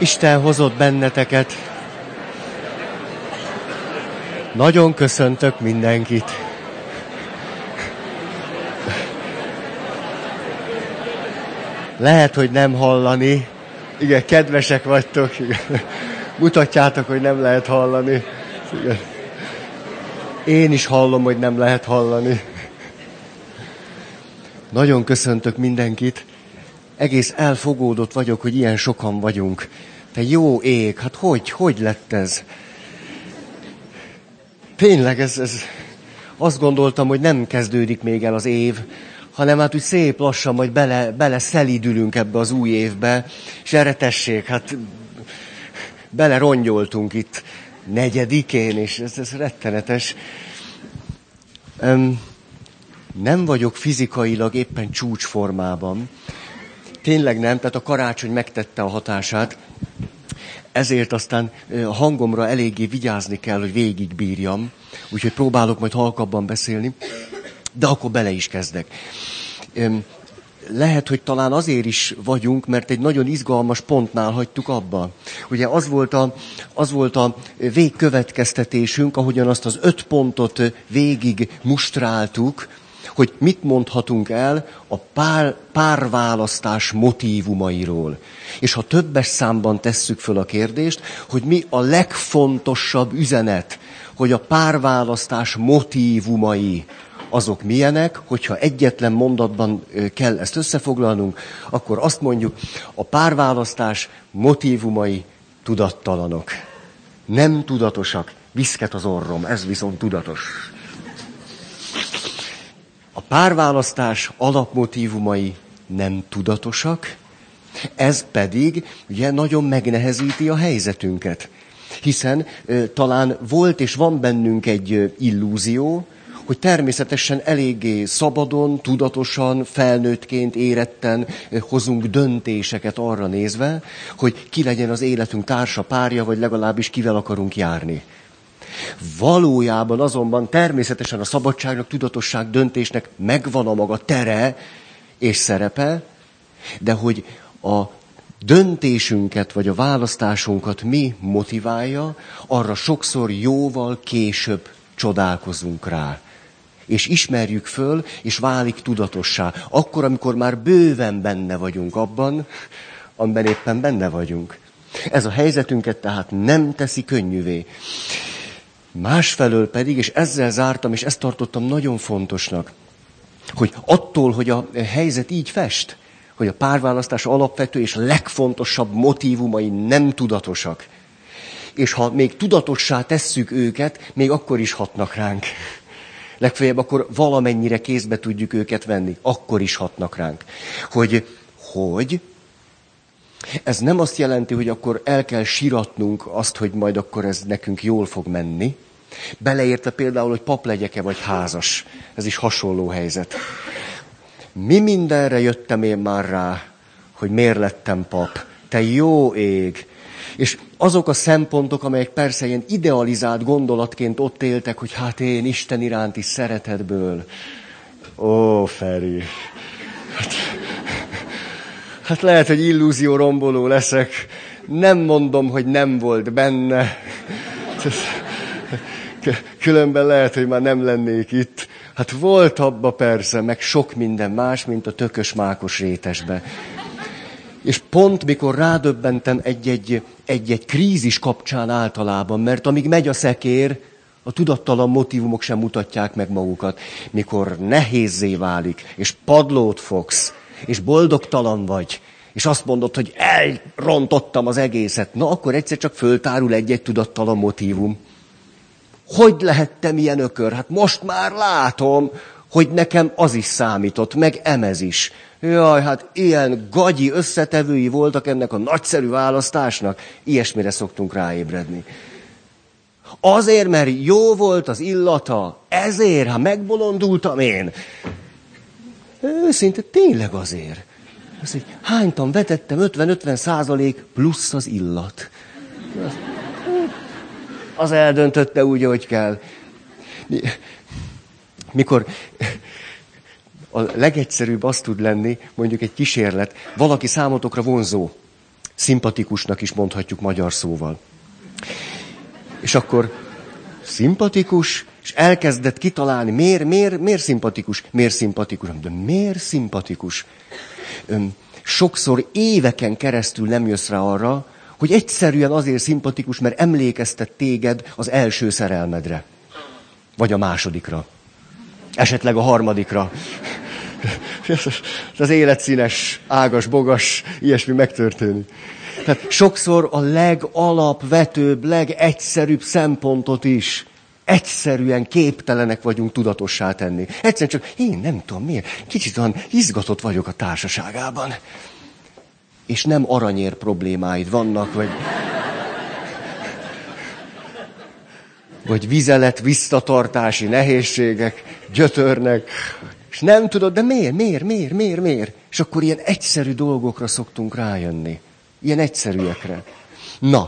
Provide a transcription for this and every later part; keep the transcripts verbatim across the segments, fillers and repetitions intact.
Isten hozott benneteket. Nagyon köszöntök mindenkit. Lehet, hogy nem hallani. Igen, kedvesek vagytok. Igen. Mutatjátok, hogy nem lehet hallani. Igen. Én is hallom, hogy nem lehet hallani. Nagyon köszöntök mindenkit. Egész elfogódott vagyok, hogy ilyen sokan vagyunk. Te jó ég, hát hogy, hogy lett ez? Tényleg, ez, ez, azt gondoltam, hogy nem kezdődik még el az év, hanem hát úgy szép lassan majd bele, bele szelídülünk ebbe az új évbe, és erre tessék, hát bele rongyoltunk itt negyedikén, és ez, ez rettenetes. Öm, nem vagyok fizikailag éppen csúcsformában. Tényleg nem, tehát a karácsony megtette a hatását, ezért aztán a hangomra eléggé vigyázni kell, hogy végigbírjam, úgyhogy próbálok majd halkabban beszélni, de akkor bele is kezdek. Lehet, hogy talán azért is vagyunk, mert egy nagyon izgalmas pontnál hagytuk abba. Ugye az volt a, az volt a végkövetkeztetésünk, ahogyan azt az öt pontot végig mustráltuk, hogy mit mondhatunk el a pár, párválasztás motívumairól. És ha többes számban tesszük föl a kérdést, hogy mi a legfontosabb üzenet, hogy a párválasztás motívumai, azok milyenek, hogyha egyetlen mondatban kell ezt összefoglalnunk, akkor azt mondjuk, a párválasztás motívumai tudattalanok. Nem tudatosak. Viszket az orrom, ez viszont tudatos. A párválasztás alapmotívumai nem tudatosak, ez pedig ugye nagyon megnehezíti a helyzetünket. Hiszen e, talán volt és van bennünk egy e, illúzió, hogy természetesen eléggé szabadon, tudatosan, felnőttként, éretten e, hozunk döntéseket arra nézve, hogy ki legyen az életünk társa, párja, vagy legalábbis kivel akarunk járni. Valójában azonban természetesen a szabadságnak, tudatosság, döntésnek megvan a maga tere és szerepe, de hogy a döntésünket vagy a választásunkat mi motiválja, arra sokszor jóval később csodálkozunk rá. És ismerjük föl, és válik tudatossá. Akkor, amikor már bőven benne vagyunk abban, amiben éppen benne vagyunk. Ez a helyzetünket tehát nem teszi könnyűvé. Másfelől pedig, és ezzel zártam, és ezt tartottam nagyon fontosnak, hogy attól, hogy a helyzet így fest, hogy a párválasztás alapvető és legfontosabb motívumai nem tudatosak, és ha még tudatossá tesszük őket, még akkor is hatnak ránk. Legfeljebb akkor valamennyire kézbe tudjuk őket venni, akkor is hatnak ránk. Hogy, hogy ez nem azt jelenti, hogy akkor el kell siratnunk azt, hogy majd akkor ez nekünk jól fog menni. Beleértve például, hogy pap legyek-e vagy házas. Ez is hasonló helyzet. Mi mindenre jöttem én már rá, hogy miért lettem pap. Te jó ég! És azok a szempontok, amelyek persze ilyen idealizált gondolatként ott éltek, hogy hát én Isten iránti szeretetből. Ó, Feri! Hát... Hát lehet, hogy illúzió romboló leszek. Nem mondom, hogy nem volt benne. Különben lehet, hogy már nem lennék itt. Hát volt abba persze, meg sok minden más, mint a tökös mákos rétesbe. És pont mikor rádöbbentem egy-egy, egy-egy krízis kapcsán általában, mert amíg megy a szekér, a tudattalan motívumok sem mutatják meg magukat. Mikor nehézzé válik, és padlót fogsz, és boldogtalan vagy, és azt mondod, hogy elrontottam az egészet, na akkor egyszer csak föltárul egy-egy tudattalan motívum. Hogy lehettem ilyen ökör? Hát most már látom, hogy nekem az is számított, meg emez is. Jaj, hát ilyen gagyi összetevői voltak ennek a nagyszerű választásnak. Ilyesmire szoktunk ráébredni. Azért, mert jó volt az illata, ezért, ha megbolondultam én. Őszinte tényleg azért. Az, hogy hánytan vetettem, ötven-ötven százalék plusz az illat. Az eldöntötte úgy, ahogy kell. Mikor a legegyszerűbb az tud lenni, mondjuk egy kísérlet, valaki számotokra vonzó. Szimpatikusnak is mondhatjuk magyar szóval. És akkor szimpatikus, és elkezdett kitalálni, miért, miért, miért szimpatikus, miért szimpatikus, de miért szimpatikus. Öm, sokszor éveken keresztül nem jössz rá arra, hogy egyszerűen azért szimpatikus, mert emlékeztet téged az első szerelmedre. Vagy a másodikra. Esetleg a harmadikra. Az életszínes, ágas, bogas, ilyesmi megtörténik. Tehát sokszor a legalapvetőbb, legegyszerűbb szempontot is egyszerűen képtelenek vagyunk tudatossá tenni. Egyszerűen csak én nem tudom miért, kicsit olyan izgatott vagyok a társaságában. És nem aranyér problémáid vannak, vagy... vagy vizelet, visszatartási nehézségek gyötörnek. És nem tudod, de miért, miért, miért, miért, miért? És akkor ilyen egyszerű dolgokra szoktunk rájönni. Ilyen egyszerűekre. Na,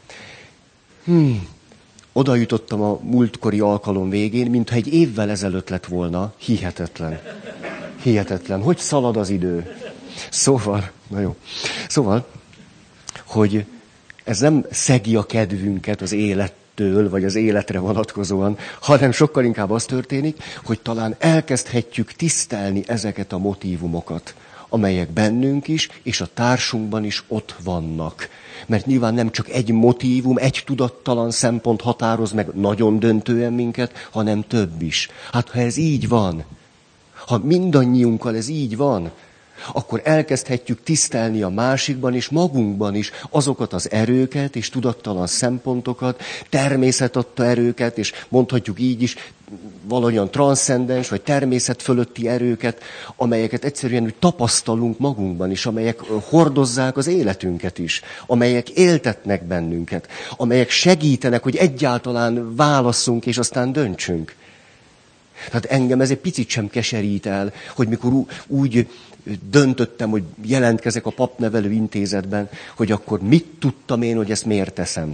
hmm. oda jutottam a múltkori alkalom végén, mintha egy évvel ezelőtt lett volna. Hihetetlen. Hihetetlen. Hogy szalad az idő? Szóval, na jó. Szóval, hogy ez nem szegi a kedvünket az élettől, vagy az életre vonatkozóan, hanem sokkal inkább az történik, hogy talán elkezdhetjük tisztelni ezeket a motívumokat, amelyek bennünk is, és a társunkban is ott vannak. Mert nyilván nem csak egy motívum, egy tudattalan szempont határoz meg nagyon döntően minket, hanem több is. Hát ha ez így van, ha mindannyiunkkal ez így van, akkor elkezdhetjük tisztelni a másikban és magunkban is azokat az erőket és tudattalan szempontokat, természet adta erőket, és mondhatjuk így is, valahogyan transzcendens vagy természet fölötti erőket, amelyeket egyszerűen úgy tapasztalunk magunkban is, amelyek hordozzák az életünket is, amelyek éltetnek bennünket, amelyek segítenek, hogy egyáltalán válasszunk és aztán döntsünk. Tehát engem ez egy picit sem keserít el, hogy mikor úgy döntöttem, hogy jelentkezek a papnevelő intézetben, hogy akkor mit tudtam én, hogy ezt miért teszem.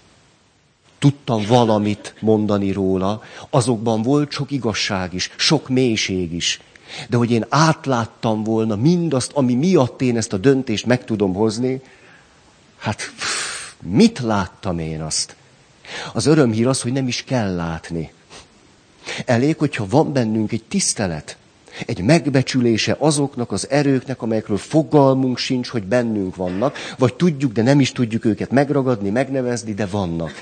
Tudtam valamit mondani róla, azokban volt sok igazság is, sok mélység is. De hogy én átláttam volna mindazt, ami miatt én ezt a döntést meg tudom hozni, hát pff, mit láttam én azt? Az örömhír az, hogy nem is kell látni. Elég, hogyha van bennünk egy tisztelet, egy megbecsülése azoknak az erőknek, amelyekről fogalmunk sincs, hogy bennünk vannak, vagy tudjuk, de nem is tudjuk őket megragadni, megnevezni, de vannak.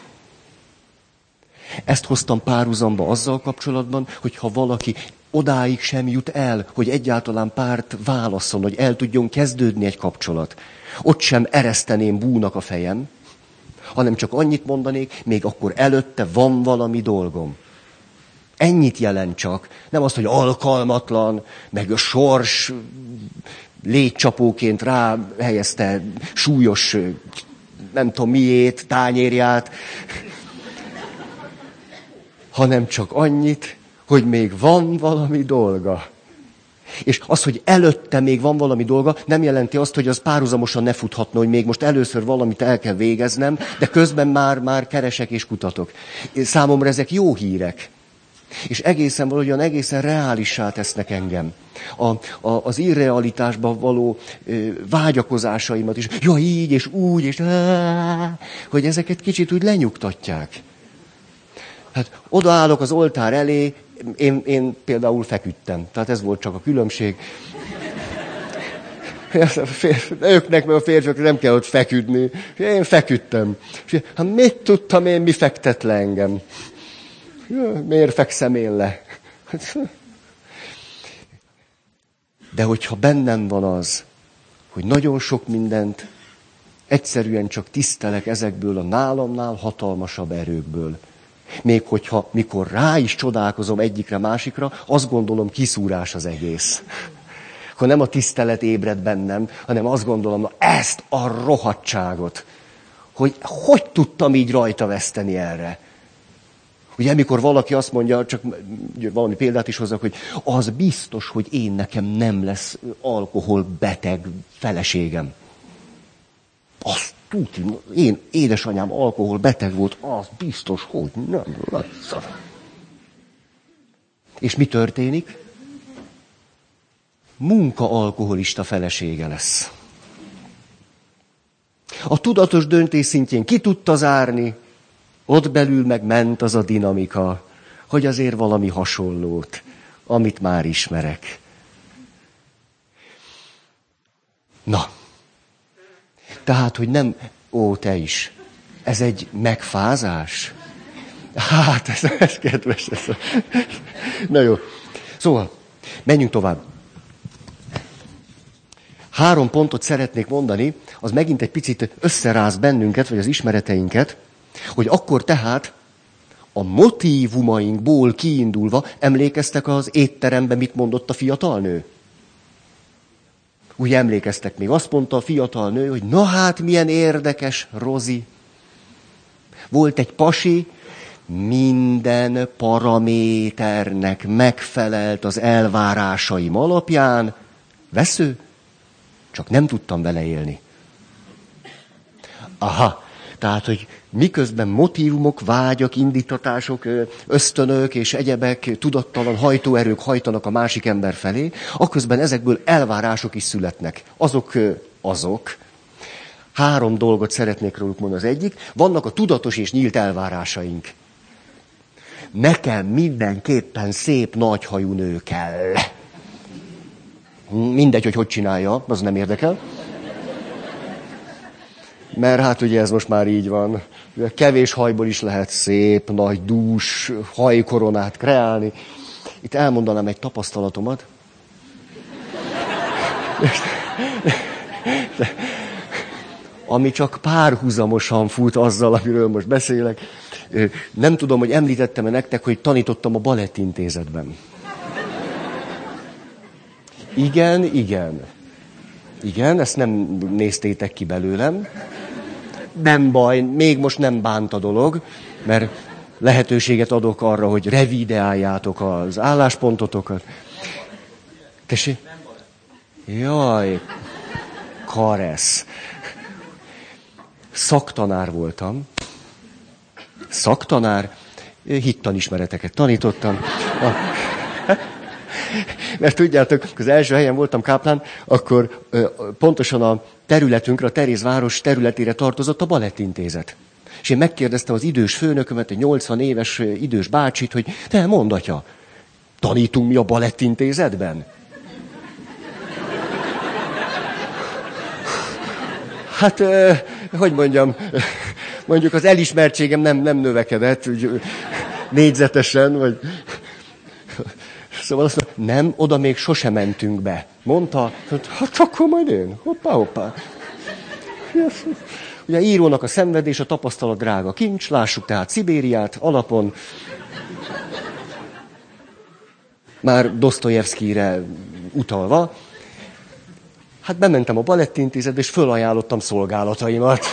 Ezt hoztam párhuzamba azzal kapcsolatban, hogy ha valaki odáig sem jut el, hogy egyáltalán párt válasszon, hogy el tudjon kezdődni egy kapcsolat. Ott sem ereszteném búnak a fejem, hanem csak annyit mondanék, még akkor előtte van valami dolgom. Ennyit jelent csak, nem azt, hogy alkalmatlan, meg a sors légycsapóként ráhelyezte súlyos, nem tudom miét, tányérját, hanem csak annyit, hogy még van valami dolga. És az, hogy előtte még van valami dolga, nem jelenti azt, hogy az párhuzamosan ne futhatna, hogy még most először valamit el kell végeznem, de közben már, már keresek és kutatok. Számomra ezek jó hírek. És egészen valahogyan egészen reálissá tesznek engem. A, a, az irrealitásban való ö, vágyakozásaimat is, ja így és úgy, és á, hogy ezeket kicsit úgy lenyugtatják. Hát odaállok az oltár elé, én, én például feküdtem. Tehát ez volt csak a különbség. Őknek meg a férfiak nem kell ott feküdni. Én feküdtem. Hát mit tudtam én, mi fektet le engem? Miért fekszem én le? De hogyha bennem van az, hogy nagyon sok mindent egyszerűen csak tisztelek ezekből a nálamnál hatalmasabb erőkből. Még hogyha, mikor rá is csodálkozom egyikre másikra, azt gondolom, kiszúrás az egész. Akkor nem a tisztelet ébred bennem, hanem azt gondolom, na ezt a rohadtságot, hogy hogy tudtam így rajta veszteni erre. Ugye, amikor valaki azt mondja, csak valami példát is hozzak, hogy az biztos, hogy én nekem nem lesz alkoholbeteg feleségem. Azt tudni, én édesanyám alkoholbeteg volt, az biztos, hogy nem lesz. És mi történik? Munka alkoholista felesége lesz. A tudatos döntés szintjén ki tudta zárni, ott belül meg ment az a dinamika, hogy azért valami hasonlót, amit már ismerek. Na, tehát, hogy nem, ó, te is, ez egy megfázás? Hát, ez, ez kedves. Ez. Na jó, szóval, menjünk tovább. Három pontot szeretnék mondani, az megint egy picit összeráz bennünket, vagy az ismereteinket, hogy akkor tehát a motívumainkból kiindulva emlékeztek az étteremben, mit mondott a fiatal nő? Úgy emlékeztek még. Azt mondta a fiatal nő, hogy na hát milyen érdekes, Rozi. Volt egy pasi, minden paraméternek megfelelt az elvárásaim alapján, vesző, csak nem tudtam vele élni. Aha, tehát, hogy miközben motívumok, vágyak, indítatások, ösztönök és egyebek, tudattalan hajtóerők hajtanak a másik ember felé, akközben ezekből elvárások is születnek. Azok, azok. Három dolgot szeretnék róluk mondani. Az egyik, vannak a tudatos és nyílt elvárásaink. Nekem mindenképpen szép, nagyhajú nő kell. Mindegy, hogy hogy csinálja, az nem érdekel. Mert hát ugye ez most már így van. Kevés hajból is lehet szép, nagy, dús hajkoronát kreálni. Itt elmondanám egy tapasztalatomat. Ami csak párhuzamosan fut azzal, amiről most beszélek. Nem tudom, hogy említettem-e nektek, hogy tanítottam a balettintézetben. Igen, igen. Igen, ezt nem néztétek ki belőlem. Nem baj, még most nem bánt a dolog, mert lehetőséget adok arra, hogy revideáljátok az álláspontotokat. Tessék? Jaj, karesz. Szaktanár voltam. Szaktanár, hittanismereteket tanítottam. Mert tudjátok, az első helyen voltam káplán, akkor pontosan a területünkre, a Terézváros területére tartozott a balettintézet. És én megkérdeztem az idős főnökömet, egy nyolcvan éves idős bácsit, hogy te mondd, atya, tanítunk mi a balettintézetben? Hát, hogy mondjam, mondjuk az elismertségem nem, nem növekedett, úgy négyzetesen, vagy... Szóval azt mondta, nem, oda még sose mentünk be. Mondta, hát akkor majd én. Hoppá, hoppá. Ugye írónak a szenvedés, a tapasztalat drága kincs, lássuk tehát Szibériát alapon. Már Dosztojevszkijre utalva. Hát bementem a balettintézetbe, és fölajánlottam szolgálataimat.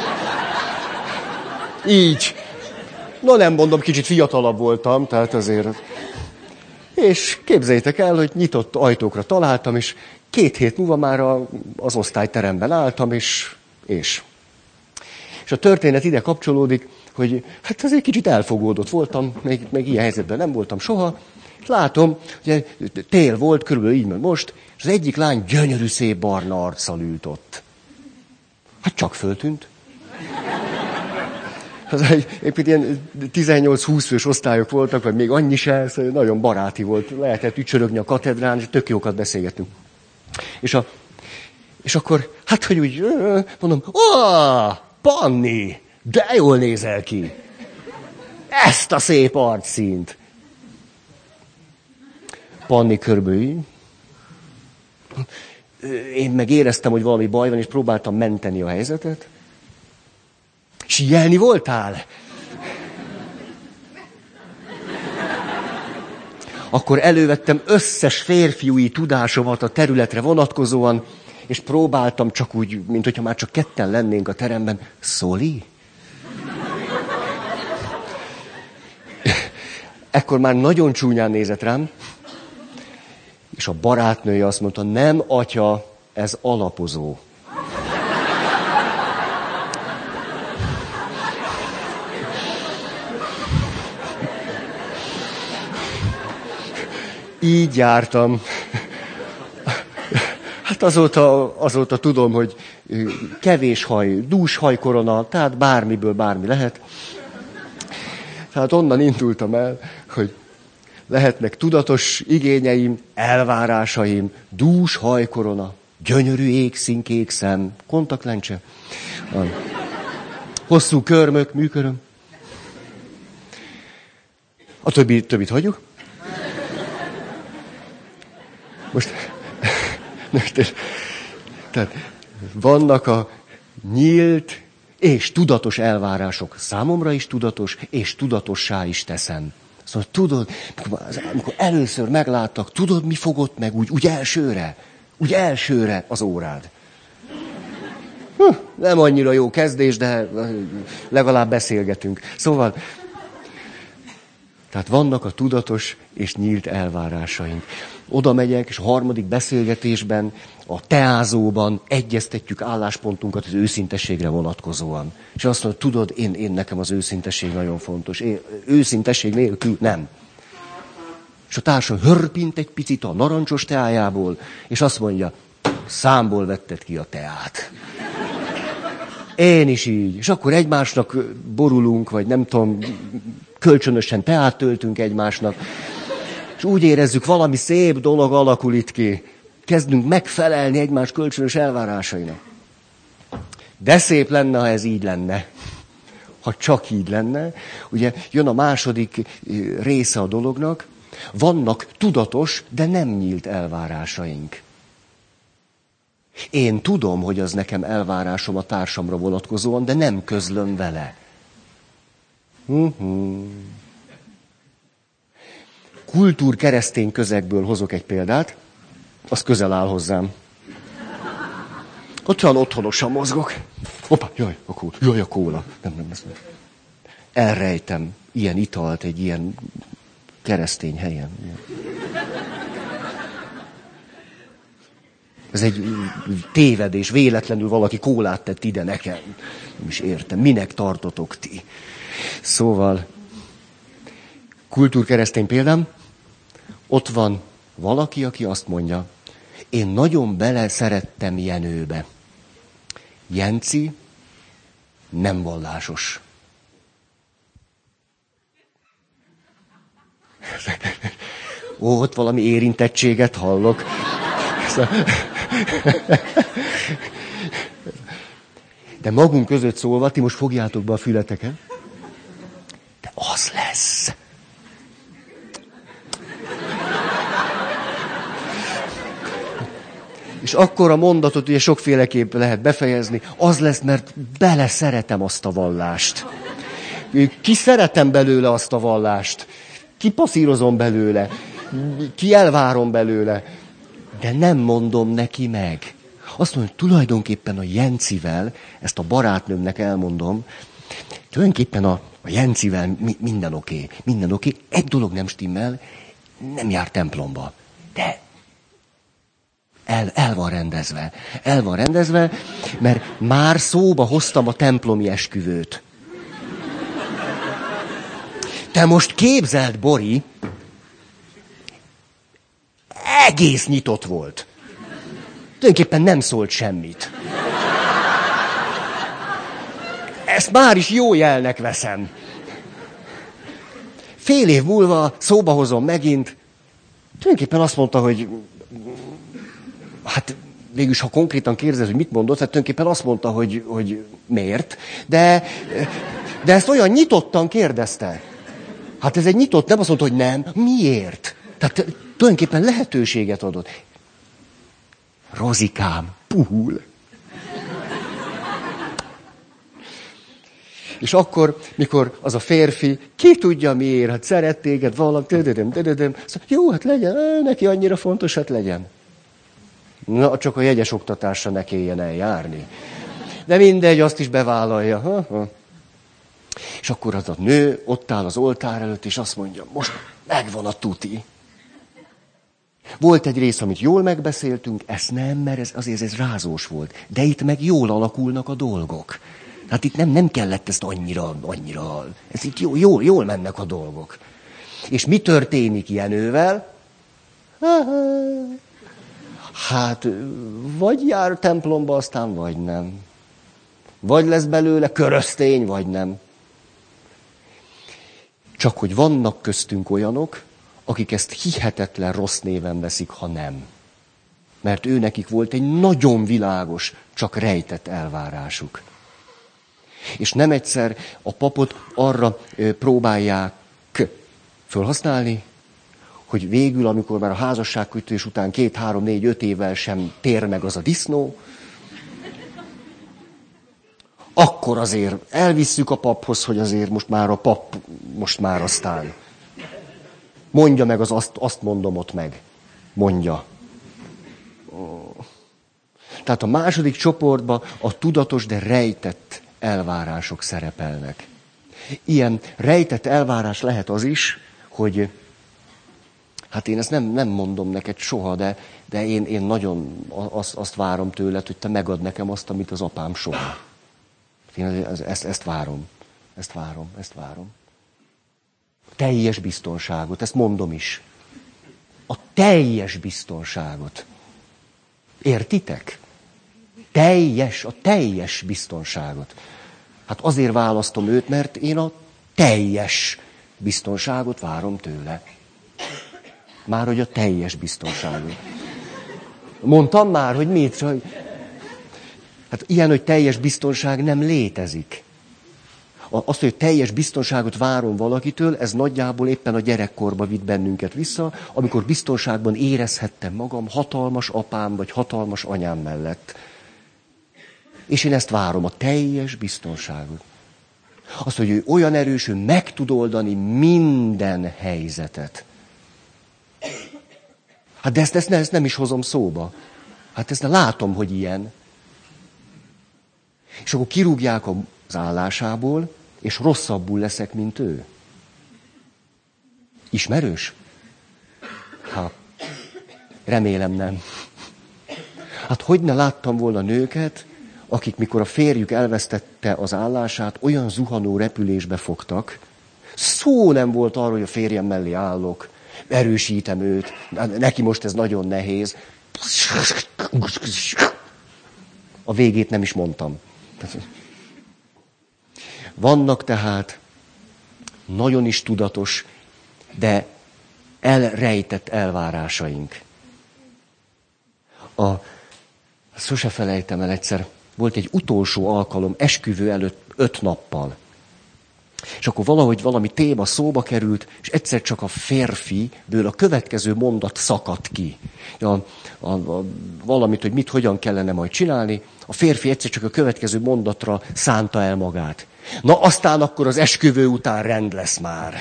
Így. No nem mondom, kicsit fiatalabb voltam, tehát azért... És képzeljétek el, hogy nyitott ajtókra találtam, és két hét múlva már a, az osztályteremben álltam, és, és. És a történet ide kapcsolódik, hogy hát azért kicsit elfogódott voltam, még, még ilyen helyzetben nem voltam soha. Látom, hogy tél volt, körülbelül így, mint most, és az egyik lány gyönyörű szép barna arccal ült ott. Hát csak föltűnt. Az épp ilyen tizennyolc-húsz fős osztályok voltak, vagy még annyi se, szóval nagyon baráti volt. Lehetett ücsörögni a katedrán, és tök jókat beszélgettünk. És, a, és akkor, hát, hogy úgy, mondom, ó, Panni, de jól nézel ki. Ezt a szép arcszínt. Panni körülbelül. Én meg éreztem, hogy valami baj van, és próbáltam menteni a helyzetet. Síelni voltál? Akkor elővettem összes férfiúi tudásomat a területre vonatkozóan, és próbáltam csak úgy, mint hogyha már csak ketten lennénk a teremben. Szoli? Ekkor már nagyon csúnyán nézett rám, és a barátnője azt mondta, nem, atya, ez alapozó. Így jártam. Hát azóta, azóta tudom, hogy kevés haj, dús hajkorona, tehát bármiből bármi lehet. Tehát onnan indultam el, hogy lehetnek tudatos igényeim, elvárásaim, dús hajkorona, gyönyörű égszínkék szem, kontaktlencse, hosszú körmök, műköröm. A többi, többit hagyjuk. Most, tehát vannak a nyílt és tudatos elvárások. Számomra is tudatos, és tudatossá is teszem. Szóval tudod, amikor először megláttak, tudod, mi fogott meg úgy, úgy elsőre? Úgy elsőre az órád. Hm, nem annyira jó kezdés, de legalább beszélgetünk. Szóval, tehát vannak a tudatos és nyílt elvárásaink. Oda megyek, és a harmadik beszélgetésben, a teázóban egyeztetjük álláspontunkat az őszintességre vonatkozóan. És azt mondja, tudod, én, én nekem az őszintesség nagyon fontos. Én, őszintesség nélkül nem. És a társam hörpint egy picit a narancsos teájából, és azt mondja, számból vetted ki a teát. Én is így. És akkor egymásnak borulunk, vagy nem tudom, kölcsönösen teát töltünk egymásnak. És úgy érezzük, valami szép dolog alakul itt ki. Kezdünk megfelelni egymás kölcsönös elvárásainak. De szép lenne, ha ez így lenne. Ha csak így lenne. Ugye jön a második része a dolognak. Vannak tudatos, de nem nyílt elvárásaink. Én tudom, hogy az nekem elvárásom a társamra vonatkozóan, de nem közlöm vele. Uh-huh. Kultúr-keresztény közegből hozok egy példát, az közel áll hozzám. Ott olyan otthonosan mozgok. Hoppá, jaj, a kóla, jaj, a kóla. Nem, nem, nem. Elrejtem ilyen italt egy ilyen keresztény helyen. Ez egy tévedés, véletlenül valaki kólát tett ide nekem. Nem is értem, minek tartotok ti. Szóval, kultúrkeresztény példám, ott van valaki, aki azt mondja, én nagyon bele szerettem Jenőbe. Jenci nem vallásos. Ó, ott valami érintettséget hallok. De magunk között szólva, ti most fogjátok be a fületeket. De az lesz. És akkor a mondatot ugye sokféleképp lehet befejezni. Az lesz, mert bele szeretem azt a vallást. Ki szeretem belőle azt a vallást. Ki passzírozom belőle. Ki elvárom belőle. De nem mondom neki meg. Azt mondom, hogy tulajdonképpen a Jencivel, ezt a barátnőmnek elmondom, tulajdonképpen a, a Jencivel mi, minden oké, okay, minden oké. Okay. Egy dolog nem stimmel, nem jár templomba. De el, el van rendezve. El van rendezve, mert már szóba hoztam a templomi esküvőt. Te most képzeld, Bori, egész nyitott volt. Tulajdonképpen nem szólt semmit. Ezt már is jó jelnek veszem. Fél év múlva szóba hozom megint. Tulajdonképpen azt mondta, hogy hát végülis, ha konkrétan kérdez, hogy mit mondott, hát tulajdonképpen azt mondta, hogy, hogy miért. De, de ezt olyan nyitottan kérdezte. Hát ez egy nyitott, nem azt mondta, hogy nem. Miért? Tehát tulajdonképpen lehetőséget adott. Rozikám, puhul. És akkor, mikor az a férfi, ki tudja miért, hát szeret téged valami, tödödöm, tödödöm, szóval, jó, hát legyen, neki annyira fontos, hát legyen. Na, csak a jegyes oktatásra ne kelljen eljárni. De mindegy, azt is bevállalja. Ha, ha. És akkor az a nő ott áll az oltár előtt, és azt mondja, most megvan a tuti. Volt egy rész, amit jól megbeszéltünk, ezt nem, mert ez, azért ez rázós volt. De itt meg jól alakulnak a dolgok. Hát itt nem, nem kellett ezt annyira, annyira. Ez itt jól, jól, jól mennek a dolgok. És mi történik Jenővel? Hát, vagy jár templomba, aztán vagy nem. Vagy lesz belőle köröztény, vagy nem. Csak hogy vannak köztünk olyanok, akik ezt hihetetlen rossz néven veszik, ha nem. Mert ő nekik volt egy nagyon világos, csak rejtett elvárásuk. És nem egyszer a papot arra próbálják fölhasználni, hogy végül, amikor már a házasságkötés után két, három, négy, öt évvel sem tér meg az a disznó, akkor azért elvisszük a paphoz, hogy azért most már a pap, most már aztán mondja meg az azt, azt mondom ott meg. Mondja. Tehát a második csoportban a tudatos, de rejtett elvárások szerepelnek. Ilyen rejtett elvárás lehet az is, hogy hát én ezt nem, nem mondom neked soha, de, de én, én nagyon azt, azt várom tőled, hogy te megad nekem azt, amit az apám soha. Én ezt, ezt várom, ezt várom, ezt várom. Teljes biztonságot, ezt mondom is. A teljes biztonságot. Értitek? Teljes, a teljes biztonságot. Hát azért választom őt, mert én a teljes biztonságot várom tőle. Már hogy a teljes biztonságot. Mondtam már, hogy mit? Hát ilyen, hogy teljes biztonság nem létezik. Azt, hogy teljes biztonságot várom valakitől, ez nagyjából éppen a gyerekkorba vitt bennünket vissza, amikor biztonságban érezhettem magam hatalmas apám vagy hatalmas anyám mellett. És én ezt várom, a teljes biztonságot. Azt, hogy ő olyan erős, hogy meg tud oldani minden helyzetet. Hát de ezt, ezt, ezt nem is hozom szóba. Hát ezt látom, hogy ilyen. És akkor kirúgják az állásából, és rosszabbul leszek, mint ő. Ismerős? Hát, remélem nem. Hát hogy ne láttam volna nőket, akik mikor a férjük elvesztette az állását, olyan zuhanó repülésbe fogtak, szó nem volt arról, hogy a férjem mellé állok, erősítem őt, neki most ez nagyon nehéz. A végét nem is mondtam. Vannak tehát nagyon is tudatos, de elrejtett elvárásaink. A, sose felejtem el egyszer, volt egy utolsó alkalom esküvő előtt öt nappal. És akkor valahogy valami téma szóba került, és egyszer csak a férfiből a következő mondat szakadt ki. A, a, a, valamit, hogy mit, hogyan kellene majd csinálni, a férfi egyszer csak a következő mondatra szánta el magát. Na aztán akkor az esküvő után rend lesz már.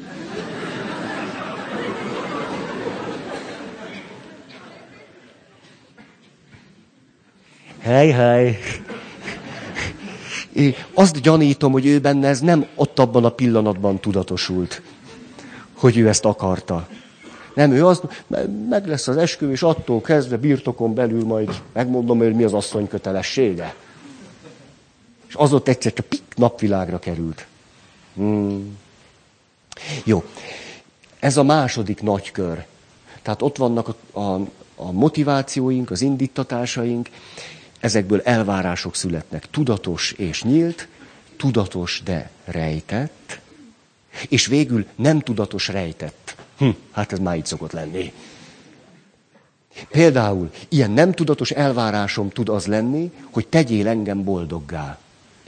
Hely, hely. Én azt gyanítom, hogy ő benne ez nem ott abban a pillanatban tudatosult, hogy ő ezt akarta. Nem, ő azt, meg lesz az esküvő, és attól kezdve birtokon belül majd megmondom, hogy mi az asszony kötelessége. És az ott egyszer csak pik, napvilágra került. Hmm. Jó. Ez a második nagy kör. Tehát ott vannak a, a, a motivációink, az indítatásaink, ezekből elvárások születnek. Tudatos és nyílt, tudatos, de rejtett, és végül nem tudatos, rejtett. Hm, hát ez már így szokott lenni. Például ilyen nem tudatos elvárásom tud az lenni, hogy tegyél engem boldoggá.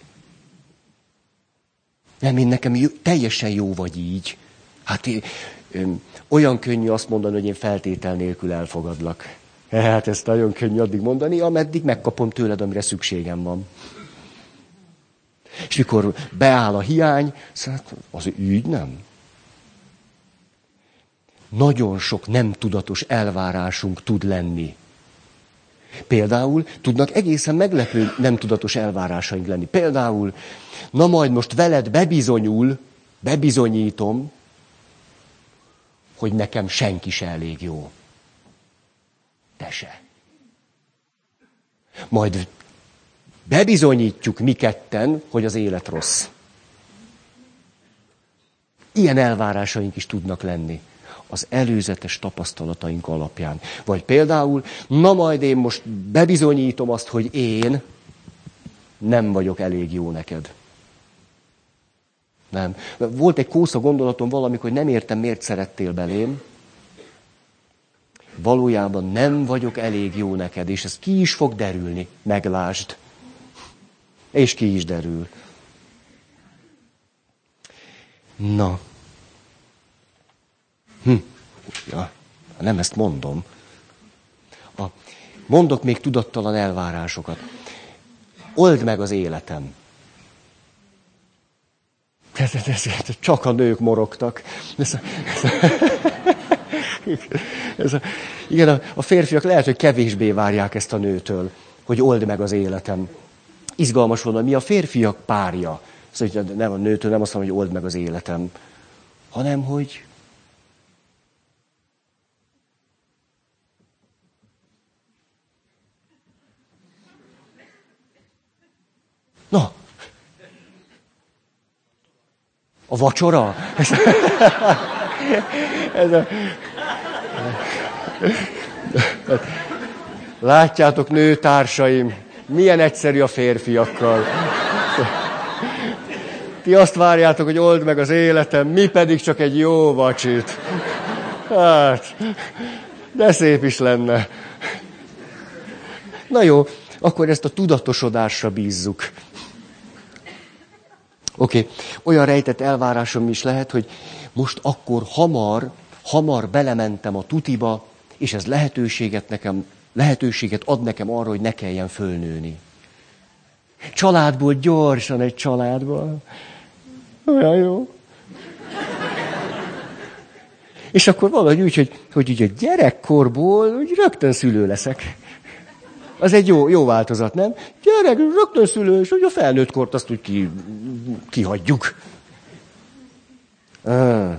Nem, én nekem jó, teljesen jó vagy így. Hát én, öm, olyan könnyű azt mondani, hogy én feltétel nélkül elfogadlak. Hát ezt nagyon könnyű addig mondani, ameddig megkapom tőled, amire szükségem van. És mikor beáll a hiány, hát az így nem. Nagyon sok nem tudatos elvárásunk tud lenni. Például tudnak egészen meglepő nem tudatos elvárásaink lenni. Például, na majd most veled bebizonyul, bebizonyítom, hogy nekem senki se elég jó. Te se. Majd bebizonyítjuk mi ketten, hogy az élet rossz. Ilyen elvárásaink is tudnak lenni. az előzetes tapasztalataink alapján. Vagy például, na majd én most bebizonyítom azt, hogy én nem vagyok elég jó neked. Nem. Volt egy kósza gondolatom valamikor, hogy nem értem, miért szerettél belém. Valójában nem vagyok elég jó neked, és ez ki is fog derülni. Meglásd. És ki is derül. Na. Hm. Ja, nem ezt mondom. A, mondok még tudattalan elvárásokat. Old meg az életem. Ez, ez, ez, ez, csak a nők morogtak. Ez a, ez a, ez a, igen, a, a férfiak lehet, hogy kevésbé várják ezt a nőtől, hogy old meg az életem. Izgalmas volna, mi a férfiak párja. Szóval nem a nőtől nem azt mondom, hogy old meg az életem, hanem hogy na, a vacsora? Ez, ez a... Látjátok, nőtársaim, milyen egyszerű a férfiakkal. Ti azt várjátok, hogy old meg az életem, mi pedig csak egy jó vacsit. Hát, de szép is lenne. Na jó, akkor ezt a tudatosodásra bízzuk. Oké, okay. Olyan rejtett elvárásom is lehet, hogy most akkor hamar, hamar belementem a tutiba, és ez lehetőséget, nekem, lehetőséget ad nekem arra, hogy ne kelljen fölnőni. Családból gyorsan egy családból. Olyan jó. És akkor valahogy úgy, hogy, hogy ugye gyerekkorból úgy rögtön szülő leszek. Az egy jó, jó változat, nem? Gyerek, rögtön szülő, és hogy a felnőtt kort azt úgy ki, kihagyjuk. Ah.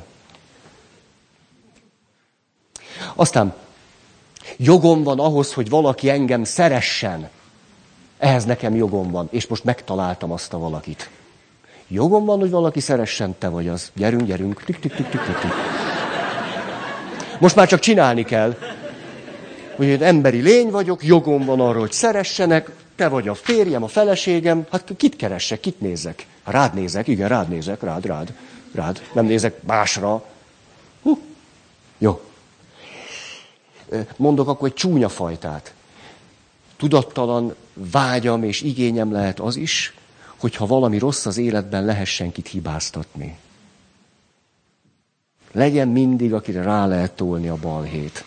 Aztán jogom van ahhoz, hogy valaki engem szeressen. Ehhez nekem jogom van, és most megtaláltam azt a valakit. Jogom van, hogy valaki szeressen, te vagy az. Gyerünk, gyerünk. Tik, tik, tik, tik, tik. Most már csak csinálni kell. Hogy én emberi lény vagyok, jogom van arra, hogy szeressenek, te vagy a férjem, a feleségem, hát kit keressek, kit nézek? Rád nézek, igen, rád nézek, rád, rád, rád. Nem nézek másra. Hú. Jó. Mondok akkor egy csúnya fajtát. Tudattalan vágyam és igényem lehet az is, hogyha valami rossz az életben, lehessen kit hibáztatni. Legyen mindig, akire rá lehet tolni a balhét.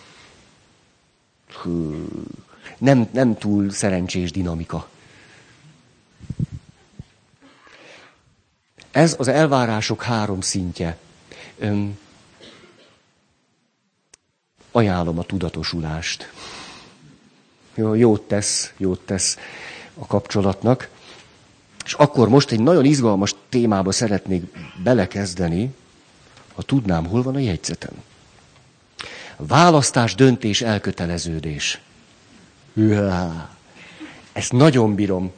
Hú, nem, nem túl szerencsés dinamika. Ez az elvárások három szintje. Öm, ajánlom a tudatosulást. Jó, jót tesz, jót tesz a kapcsolatnak. És akkor most egy nagyon izgalmas témába szeretnék belekezdeni, ha tudnám, hol van a jegyzetem. Választás, döntés, elköteleződés. Hűhá. Ezt nagyon bírom.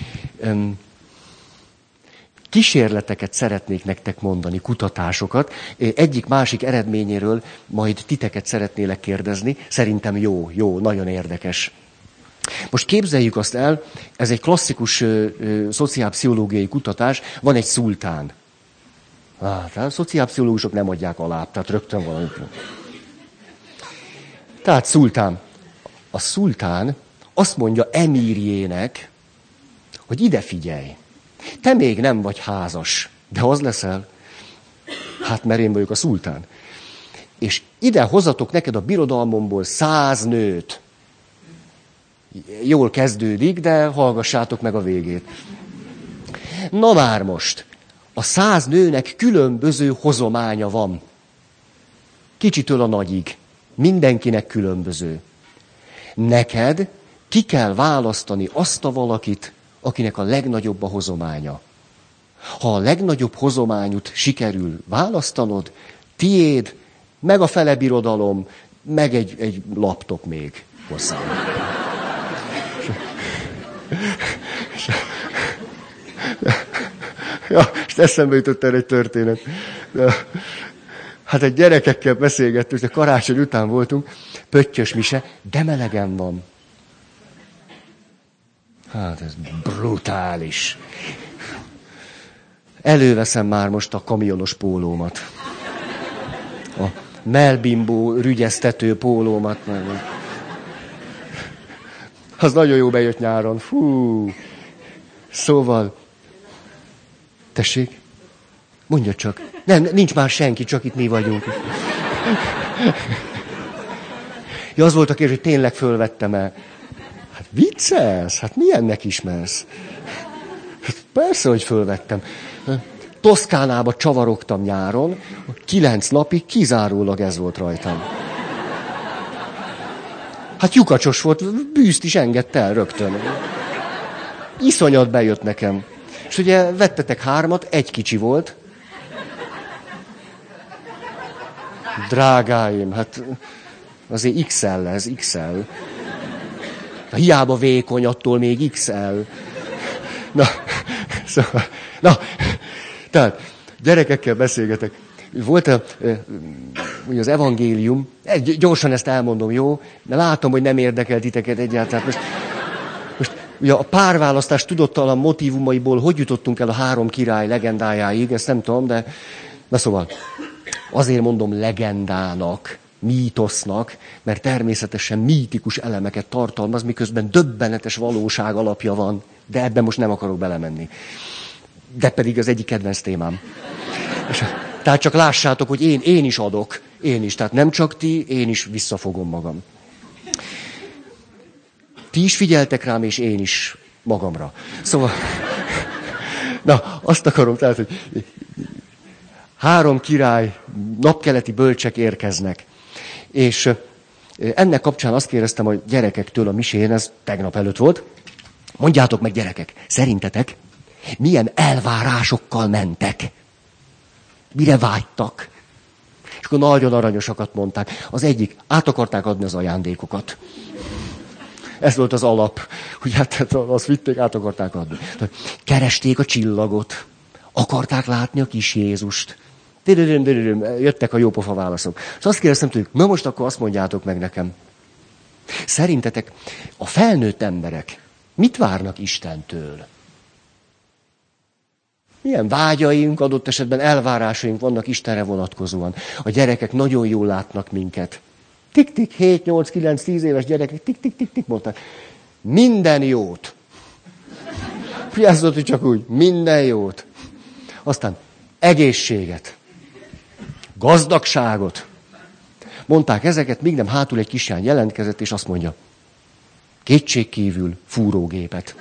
Kísérleteket szeretnék nektek mondani, kutatásokat. Egyik-másik eredményéről majd titeket szeretnélek kérdezni. Szerintem jó, jó, nagyon érdekes. Most képzeljük azt el, ez egy klasszikus ö, ö, szociálpszichológiai kutatás, van egy szultán. Ah, tehát a szociálpszichológusok nem adják alá, tehát rögtön valami. Tehát szultán. A szultán azt mondja emírjének, hogy ide figyelj. Te még nem vagy házas, de az leszel. Hát mert én vagyok a szultán. És ide hozatok neked a birodalmomból száz nőt. Jól kezdődik, de hallgassátok meg a végét. Na már most, a száz nőnek különböző hozománya van. Kicsitől a nagyig. Mindenkinek különböző. Neked ki kell választani azt a valakit, akinek a legnagyobb a hozománya. Ha a legnagyobb hozományút sikerül választanod, tiéd, meg a fele birodalom, meg egy, egy laptop még hozzá. Ja, és eszembe jutott erre egy történet. Hát egy gyerekekkel beszélgettünk, de karácsony után voltunk, pöttyös mise, de melegen van. Hát ez brutális. Előveszem már most a kamionos pólómat. A melbimbó rügyeztető pólómat. Az nagyon jó bejött nyáron. Fú. Szóval... Tessék? Mondja csak. Nem, nincs már senki, csak itt mi vagyunk. Ja, az volt a kérdés, hogy tényleg fölvettem el. Hát viccelsz? Hát milyennek ismersz? Hát persze, hogy fölvettem. Toszkánába csavarogtam nyáron, kilenc napig kizárólag ez volt rajtam. Hát lyukacsos volt, bűzt is engedte el rögtön. Iszonyat bejött nekem. És ugye vettetek hármat, egy kicsi volt. Drágáim, hát azért iksz el ez, iksz el. Hiába vékony, attól még iksz el. Na, szóval, na, tehát gyerekekkel beszélgetek. Volt a, ugye az evangélium, gyorsan ezt elmondom, jó? De látom, hogy nem érdekel titeket egyáltalán. Most, most ugye a párválasztás tudattalan motívumaiból hogy jutottunk el a három király legendájáig, ezt nem tudom, de na szóval, azért mondom legendának, mítosznak, mert természetesen mítikus elemeket tartalmaz, miközben döbbenetes valóság alapja van, de ebben most nem akarok belemenni. De pedig az egyik kedvenc témám. És, tehát csak lássátok, hogy én, én is adok, én is, tehát nem csak ti, én is visszafogom magam. Ti is figyeltek rám, és én is magamra. Szóval, na, azt akarom, tehát, hogy három király, napkeleti bölcsek érkeznek. És ennek kapcsán azt kérdeztem a gyerekektől a misén, ez tegnap előtt volt. Mondjátok meg, gyerekek, szerintetek milyen elvárásokkal mentek? Mire vágytak? És akkor nagyon aranyosakat mondták. Az egyik, át akarták adni az ajándékokat. Ez volt az alap. Hogy hát azt vitték, át akarták adni. Keresték a csillagot. Akarták látni a kis Jézust. Jöttek a jópofa válaszok. És azt kérdeztem tőlük, na most akkor azt mondjátok meg nekem. Szerintetek a felnőtt emberek mit várnak Istentől? Milyen vágyaink, adott esetben elvárásaink vannak Istenre vonatkozóan. A gyerekek nagyon jól látnak minket. Tik-tik, hét, nyolc, kilenc, tíz éves gyerekek, tik-tik-tik-tik mondták. Minden jót. Figyelsz, hogy csak úgy, minden jót. Aztán egészséget. Gazdagságot. Mondták ezeket, míg nem hátul egy kislány jelentkezett, és azt mondja, kétségkívül fúrógépet.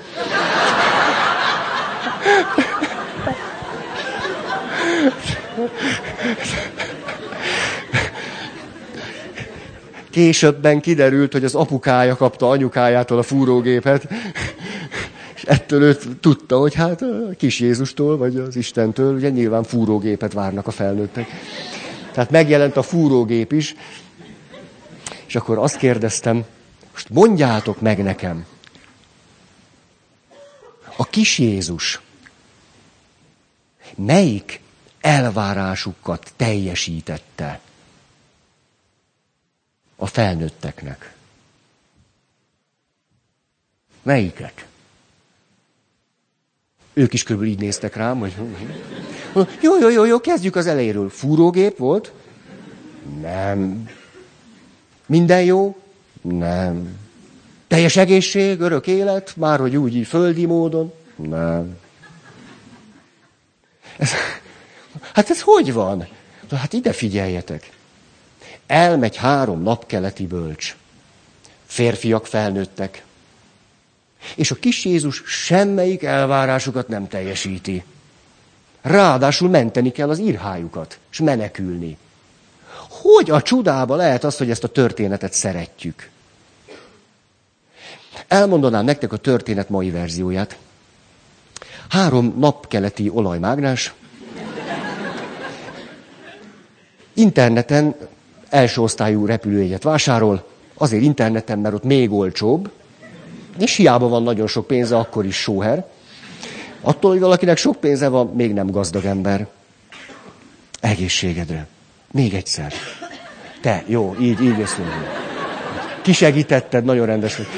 Későbben kiderült, hogy az apukája kapta anyukájától a fúrógépet, és ettől ő tudta, hogy hát a kis Jézustól, vagy az Istentől, ugye nyilván fúrógépet várnak a felnőttek. Tehát megjelent a fúrógép is, és akkor azt kérdeztem, most mondjátok meg nekem, a kis Jézus melyik elvárásukat teljesítette a felnőtteknek? Melyiket? Ők is körülbelül így néztek rám, hogy jó, jó, jó, jó, kezdjük az elejéről. Fúrógép volt? Nem. Minden jó? Nem. Teljes egészség, örök élet, már hogy úgy így földi módon? Nem. Ez, hát ez hogy van? Hát ide figyeljetek. Elmegy három napkeleti bölcs. Férfiak felnőttek. És a kis Jézus semmelyik elvárásukat nem teljesíti. Ráadásul menteni kell az írhájukat, és menekülni. Hogy a csodába lehet az, hogy ezt a történetet szeretjük? Elmondanám nektek a történet mai verzióját. Három napkeleti olajmágnás. Interneten első osztályú repülőjegyet vásárol, azért interneten, mert ott még olcsóbb, és hiába van nagyon sok pénze, akkor is sóher. Attól, hogy valakinek sok pénze van, még nem gazdag ember. Egészségedre. Még egyszer. Te, jó, így, így ezt mondom. Kisegítetted, nagyon rendes vagy.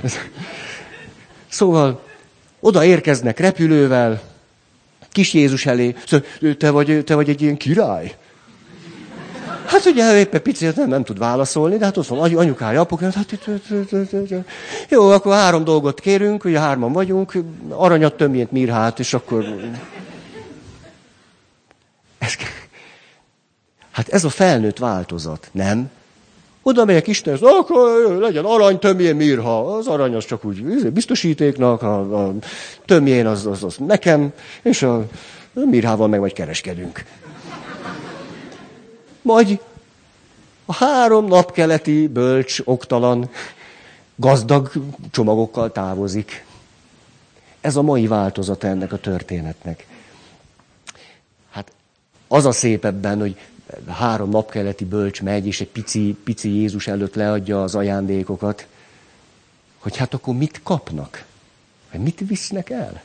Szóval oda érkeznek repülővel, kis Jézus elé. Szóval, te vagy, te vagy egy ilyen király? Hát ugye éppen picit nem, nem tud válaszolni, de hát ott van anyukája, apukája, hát jó, akkor három dolgot kérünk, ugye hárman vagyunk, aranyat, tömjént, mirhát, és akkor... Ez... Hát ez a felnőtt változat, nem? Oda megyek Istenhez, akkor legyen arany, tömjén, mirha. Az arany az csak úgy biztosítéknak, a, a tömjén az, az, az nekem, és a, a mirhával meg majd kereskedünk. Majd a három napkeleti bölcs, oktalan, gazdag csomagokkal távozik. Ez a mai változata ennek a történetnek. Hát az a szép ebben, hogy három napkeleti bölcs megy, és egy pici, pici Jézus előtt leadja az ajándékokat, hogy hát akkor mit kapnak? Vagy mit visznek el?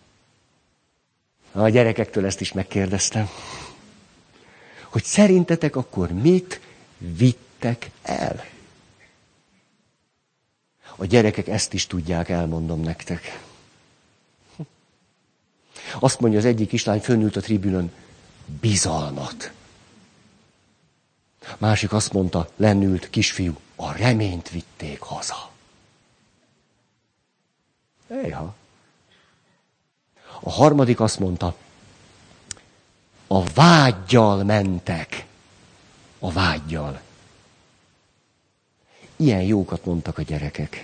A gyerekektől ezt is megkérdeztem. Hogy szerintetek akkor mit vittek el? A gyerekek ezt is tudják, elmondom nektek. Azt mondja az egyik kislány, fönnült a tribünön, bizalmat. Másik azt mondta, lennült kisfiú, a reményt vitték haza. Éha. A harmadik azt mondta, a vággyal mentek. A vággyal. Ilyen jókat mondtak a gyerekek.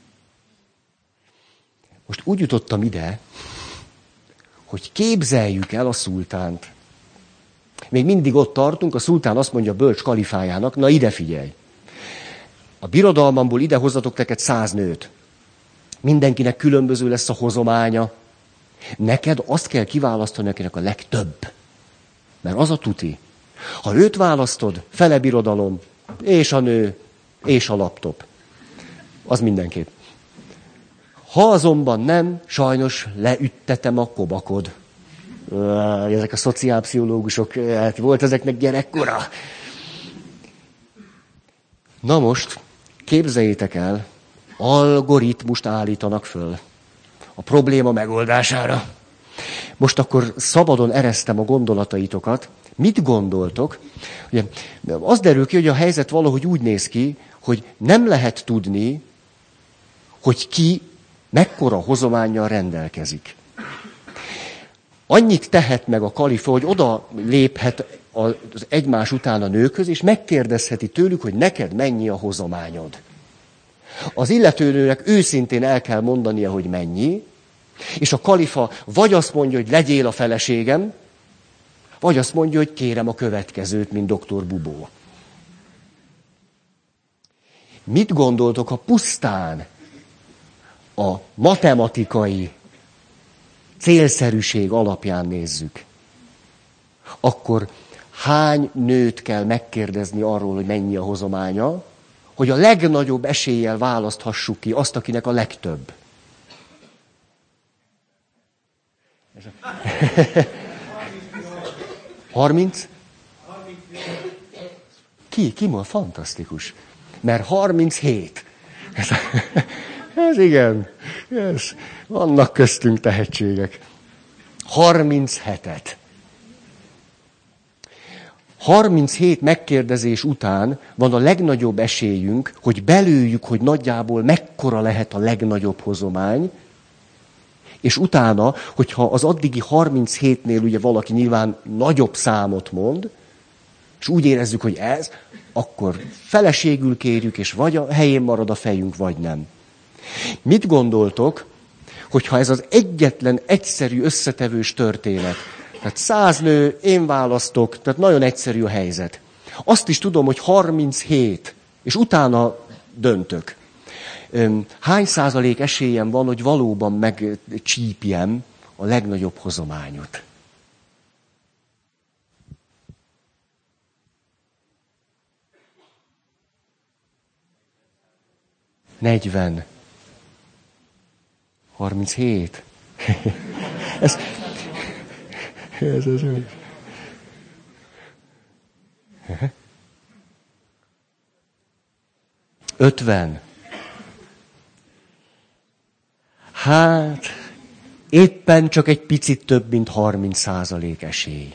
Most úgy jutottam ide, hogy képzeljük el a szultánt. Még mindig ott tartunk, a szultán azt mondja a bölcs kalifájának, na ide figyelj. A birodalmamból ide hozzatok neked száz nőt. Mindenkinek különböző lesz a hozománya. Neked azt kell kiválasztani, akinek a legtöbb. Mert az a tuti. Ha őt választod, fele birodalom, és a nő, és a laptop. Az mindenképp. Ha azonban nem, sajnos leüttetem a kobakod. Ezek a szociálpszichológusok, hát volt ezeknek gyerekkora. Na most, képzeljétek el, algoritmust állítanak föl a probléma megoldására. Most akkor szabadon eresztem a gondolataitokat. Mit gondoltok? Ugye, az derül ki, hogy a helyzet valahogy úgy néz ki, hogy nem lehet tudni, hogy ki mekkora hozománnyal rendelkezik. Annyit tehet meg a kalifa, hogy oda léphet az egymás után a nőkhöz, és megkérdezheti tőlük, hogy neked mennyi a hozományod. Az illetőnőnek őszintén el kell mondania, hogy mennyi, és a kalifa vagy azt mondja, hogy legyél a feleségem, vagy azt mondja, hogy kérem a következőt, mint doktor Bubó. Mit gondoltok, ha pusztán a matematikai célszerűség alapján nézzük, akkor hány nőt kell megkérdezni arról, hogy mennyi a hozománya, hogy a legnagyobb eséllyel választhassuk ki azt, akinek a legtöbb? harminc? Ki? Ki ma? Fantasztikus. Mert harminchét. Ez, ez igen. Ez. Vannak köztünk tehetségek. harminchetet. harminchét megkérdezés után van a legnagyobb esélyünk, hogy belőjük, hogy nagyjából mekkora lehet a legnagyobb hozomány, és utána, hogyha az addigi harminchettnél ugye valaki nyilván nagyobb számot mond, és úgy érezzük, hogy ez, akkor feleségül kérjük, és vagy a helyén marad a fejünk, vagy nem. Mit gondoltok, hogyha ez az egyetlen egyszerű összetevős történet, tehát száz nő, én választok, tehát nagyon egyszerű a helyzet. Azt is tudom, hogy harminchét, és utána döntök. Hány százalék esélyem van, hogy valóban megcsípjem a legnagyobb hozományot? negyven. harminchét. ez, ez, ez, ötven. Hát, éppen csak egy picit több, mint harminc százalék esély.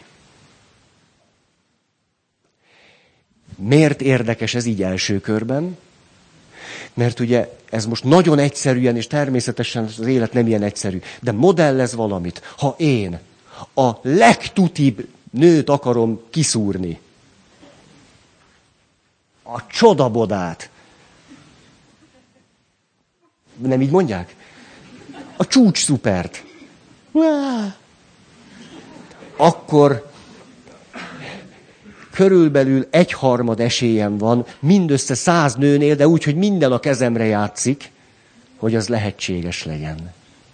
Miért érdekes ez így első körben? Mert ugye ez most nagyon egyszerűen, és természetesen az élet nem ilyen egyszerű, de modellez valamit. Ha én a legtutibb nőt akarom kiszúrni, a csodabodát, nem így mondják? A csúcs szupert. Akkor körülbelül egyharmad esélyem van mindössze száz nőnél, de úgy, hogy minden a kezemre játszik, hogy az lehetséges legyen.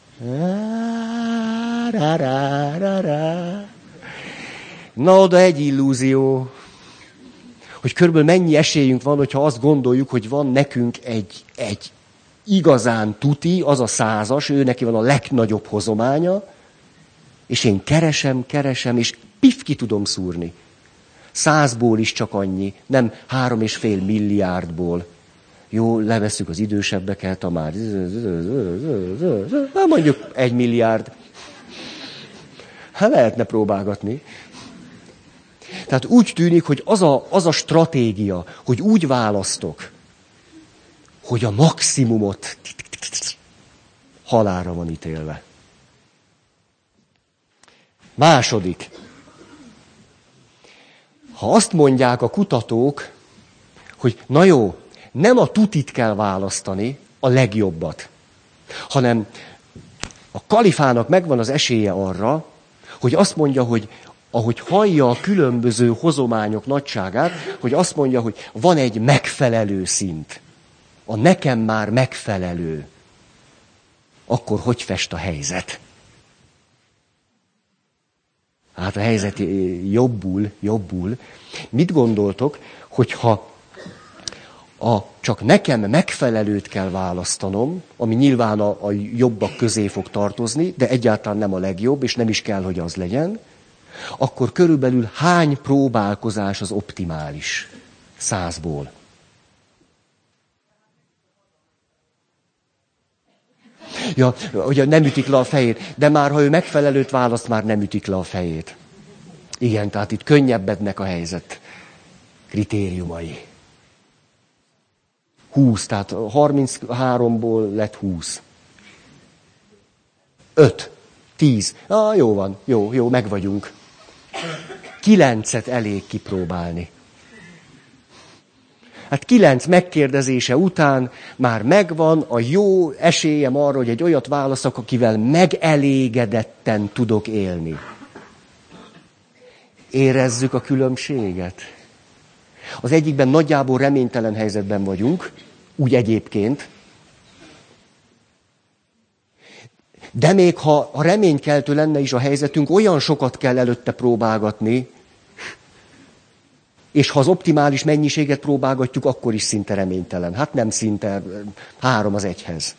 Na, oda egy illúzió, hogy körülbelül mennyi esélyünk van, hogyha azt gondoljuk, hogy van nekünk egy, egy igazán tuti, az a százas, ő neki van a legnagyobb hozománya, és én keresem, keresem, és pif, ki tudom szúrni. Százból is csak annyi, nem három és fél milliárdból. Jó, levesszük az idősebbeket, a már mondjuk egy milliárd. Hát lehetne próbálgatni. Tehát úgy tűnik, hogy az a, az a stratégia, hogy úgy választok, hogy a maximumot halálra van ítélve. Második. Ha azt mondják a kutatók, hogy na jó, nem a tutit kell választani, a legjobbat, hanem a kalifának megvan az esélye arra, hogy azt mondja, hogy ahogy hallja a különböző hozományok nagyságát, hogy azt mondja, hogy van egy megfelelő szint. A nekem már megfelelő. Akkor hogy fest a helyzet? Hát a helyzet jobbul, jobbul. Mit gondoltok, hogyha a csak nekem megfelelőt kell választanom, ami nyilván a, a jobbak közé fog tartozni, de egyáltalán nem a legjobb, és nem is kell, hogy az legyen, akkor körülbelül hány próbálkozás az optimális százból? Ja, ugye nem ütik le a fejét, de már ha ő megfelelőt választ, már nem ütik le a fejét. Igen, tehát itt könnyebbednek a helyzet kritériumai. húsz, tehát harmincháromból lett húsz. öt, tíz. Ah, jó van, jó, jó, meg vagyunk. kilencet elég kipróbálni. Hát kilenc megkérdezése után már megvan a jó esélyem arra, hogy egy olyat válaszok, akivel megelégedetten tudok élni. Érezzük a különbséget. Az egyikben nagyjából reménytelen helyzetben vagyunk, úgy egyébként. De még ha a reménykeltő lenne is a helyzetünk, olyan sokat kell előtte próbálgatni, és ha az optimális mennyiséget próbálgatjuk, akkor is szinte reménytelen. Hát nem szinte, három az egyhez.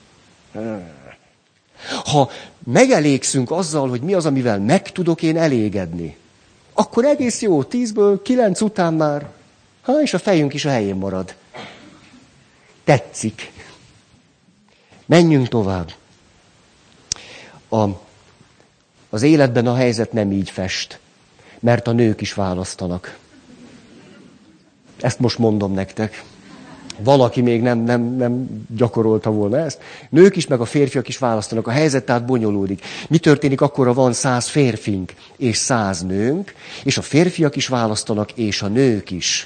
Ha megelégszünk azzal, hogy mi az, amivel meg tudok én elégedni, akkor egész jó, tízből kilenc után már, ha, és a fejünk is a helyén marad. Tetszik. Menjünk tovább. A, az életben a helyzet nem így fest, mert a nők is választanak. Ezt most mondom nektek. Valaki még nem, nem, nem gyakorolta volna ezt. Nők is, meg a férfiak is választanak. A helyzet tehát bonyolódik. Mi történik akkor, ha van száz férfink és száz nőnk, és a férfiak is választanak, és a nők is.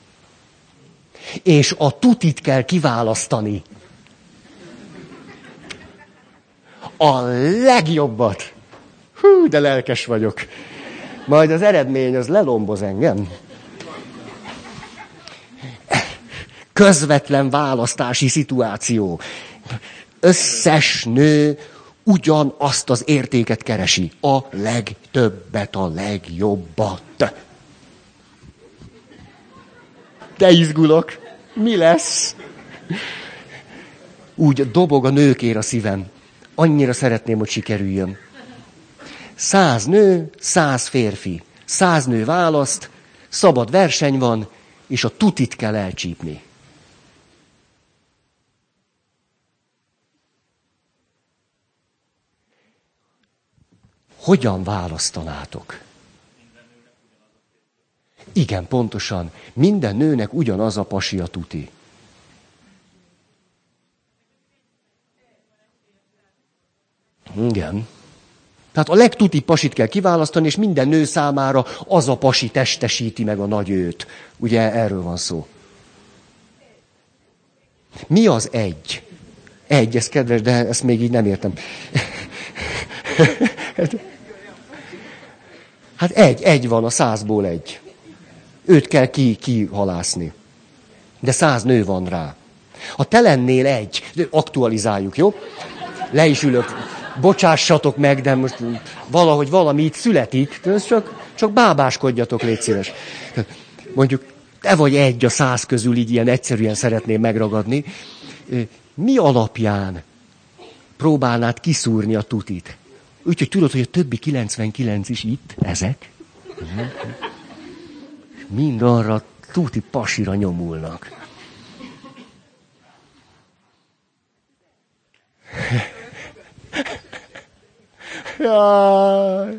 És a tutit kell kiválasztani. A legjobbat. Hú, de lelkes vagyok. Majd az eredmény, az lelomboz engem. Közvetlen választási szituáció. Összes nő ugyanazt az értéket keresi. A legtöbbet, a legjobbat. De izgulok. Mi lesz? Úgy dobog a nőkér a szívem. Annyira szeretném, hogy sikerüljön. Száz nő, száz férfi. Száz nő választ, szabad verseny van, és a tutit kell elcsípni. Hogyan választanátok? Igen, pontosan. Minden nőnek ugyanaz a pasi a tuti. Igen. Tehát a legtuti pasit kell kiválasztani, és minden nő számára az a pasi testesíti meg a nagy őt. Ugye erről van szó. Mi az egy? Egy, ez kedves, de ezt még így nem értem. Hát egy, egy van, a százból egy. Őt kell ki, kihalászni. De száz nő van rá. Ha te lennél egy, aktualizáljuk, jó? Le is ülök, bocsássatok meg, de most valahogy valami itt születik, csak, csak bábáskodjatok, légy szíves. Mondjuk, te vagy egy a száz közül, így ilyen egyszerűen szeretném megragadni. Mi alapján próbálnád kiszúrni a tutit? Úgyhogy tudod, hogy a többi kilencvenkilenc is itt, ezek. Mind arra tuti pasira nyomulnak. Jaj.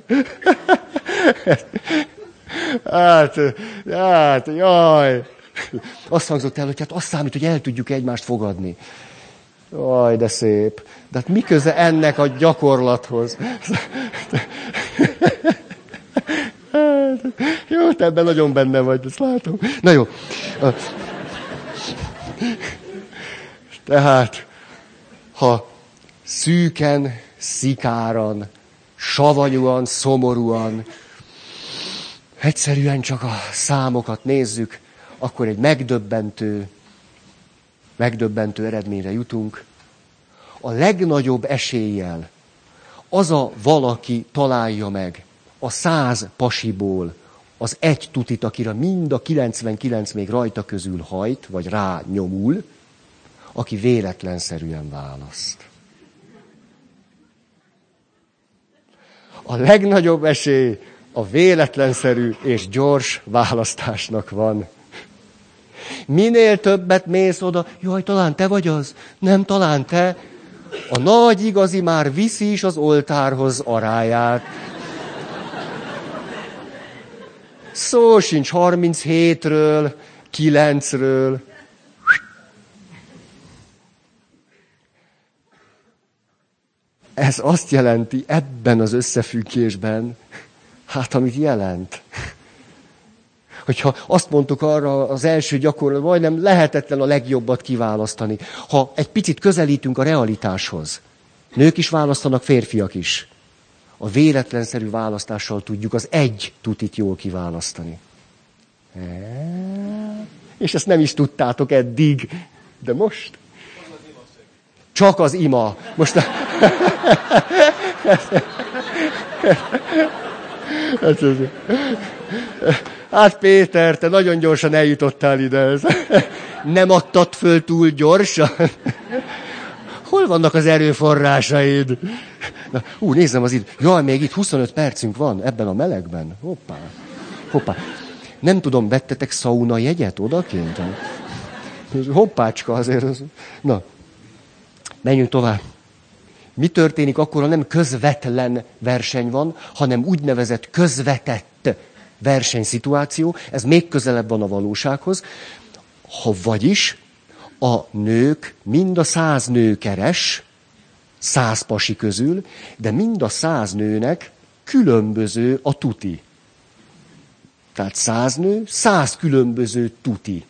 Hát, hát, jaj. Azt hangzott el, hogy hát azt számít, hogy el tudjuk egymást fogadni. Jaj, de szép. De hát mi köze ennek a gyakorlathoz? Jó, te ebben nagyon benne vagy, ezt látom. Na jó. Tehát, ha szűken, szikáran, savanyúan, szomorúan, egyszerűen csak a számokat nézzük, akkor egy megdöbbentő, megdöbbentő eredményre jutunk. A legnagyobb eséllyel az a valaki találja meg a száz pasiból az egy tutit, akire mind a kilencvenkilenc még rajta közül hajt, vagy rá nyomul, aki véletlenszerűen választ. A legnagyobb esély a véletlenszerű és gyors választásnak van. Minél többet mész oda, jaj, talán te vagy az, nem, talán te, a nagy igazi már viszi is az oltárhoz aráját. Szó sincs harminchétről, kilencről. Ez azt jelenti ebben az összefüggésben, hát amit jelent. Hogyha azt mondtuk arra az első gyakorlatban, majdnem lehetetlen a legjobbat kiválasztani. Ha egy picit közelítünk a realitáshoz, nők is választanak, férfiak is. A véletlenszerű választással tudjuk az egy tutit jól kiválasztani. És ezt nem is tudtátok eddig, de most? Csak az ima. Most... Hát Péter, te nagyon gyorsan eljutottál ide. Nem adtad föl túl gyorsan? Hol vannak az erőforrásaid? Na, ú, nézzem az időt. Jaj, még itt huszonöt percünk van ebben a melegben. Hoppá, hoppá. Nem tudom, vettetek szauna jegyet odakint? Hoppácska azért. Az... Na, menjünk tovább. Mi történik akkor, ha nem közvetlen verseny van, hanem úgynevezett közvetett versenyszituáció? Ez még közelebb van a valósághoz. Ha vagyis a nők, mind a száz nő keres, száz pasi közül, de mind a száz nőnek különböző a tuti. Tehát száz nő, száz különböző tuti.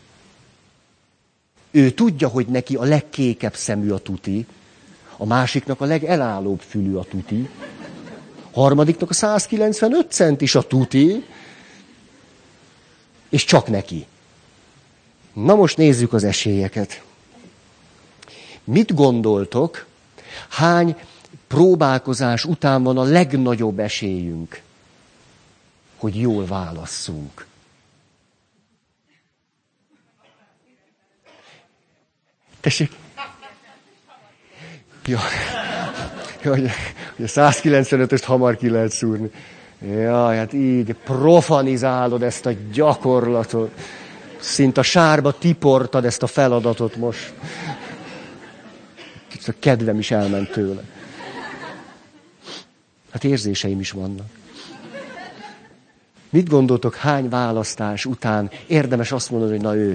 Ő tudja, hogy neki a legkékebb szemű a tuti, a másiknak a legelállóbb fülű a tuti, a harmadiknak a száz kilencvenöt cent is a tuti, és csak neki. Na most nézzük az esélyeket. Mit gondoltok, hány próbálkozás után van a legnagyobb esélyünk, hogy jól válasszunk? Tessék? Ja, ja, hogy a száz kilencvenötöst hamar ki lehet szúrni. Jaj, hát így profanizálod ezt a gyakorlatot. Szint a sárba tiportad ezt a feladatot most. A kedvem is elment tőle. Hát érzéseim is vannak. Mit gondoltok, hány választás után érdemes azt mondani, hogy na ő?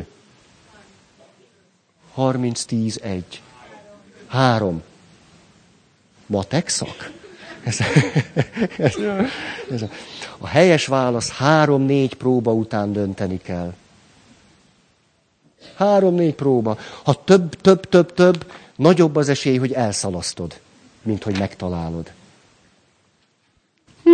harminc, tíz, egy. Három. Matek szak? Ez, ez, ez a, a helyes válasz három-négy próba után dönteni kell. Három-négy próba. Ha több, több, több, több, nagyobb az esély, hogy elszalasztod, mint hogy megtalálod. Hm.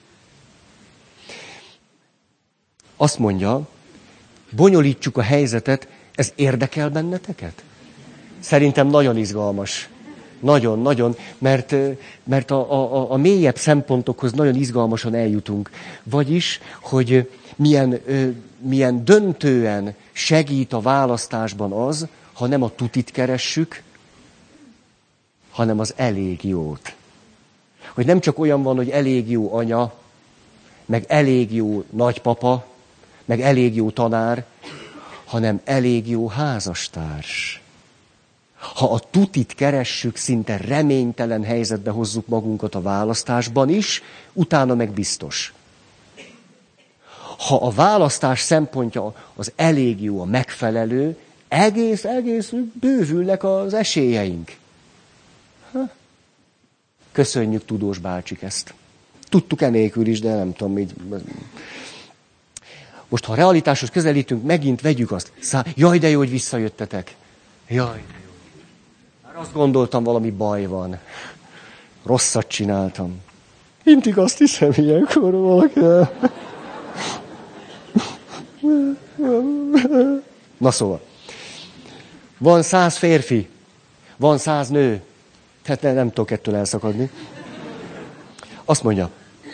Azt mondja, bonyolítsuk a helyzetet, ez érdekel benneteket? Szerintem nagyon izgalmas. Nagyon, nagyon, mert, mert a, a, a mélyebb szempontokhoz nagyon izgalmasan eljutunk. Vagyis, hogy milyen, milyen döntően segít a választásban az, ha nem a tutit keressük, hanem az elég jót. Hogy nem csak olyan van, hogy elég jó anya, meg elég jó nagypapa, meg elég jó tanár, hanem elég jó házastárs. Ha a tutit keressük, szinte reménytelen helyzetbe hozzuk magunkat a választásban is, utána meg biztos. Ha a választás szempontja az elég jó, a megfelelő, egész, egész bővülnek az esélyeink. Ha? Köszönjük, tudós bácsik, ezt. Tudtuk enélkül is, de nem tudom, így... Most, ha a realitáshoz közelítünk, megint vegyük azt. Szá- Jaj, de jó, hogy visszajöttetek. Jaj, de jó. Már azt gondoltam, valami baj van. Rosszat csináltam. Mindig azt hiszem, ilyenkor valaki. Na szóval. Van száz férfi, van száz nő. Tehát nem, nem tudok ettől elszakadni. Azt mondja,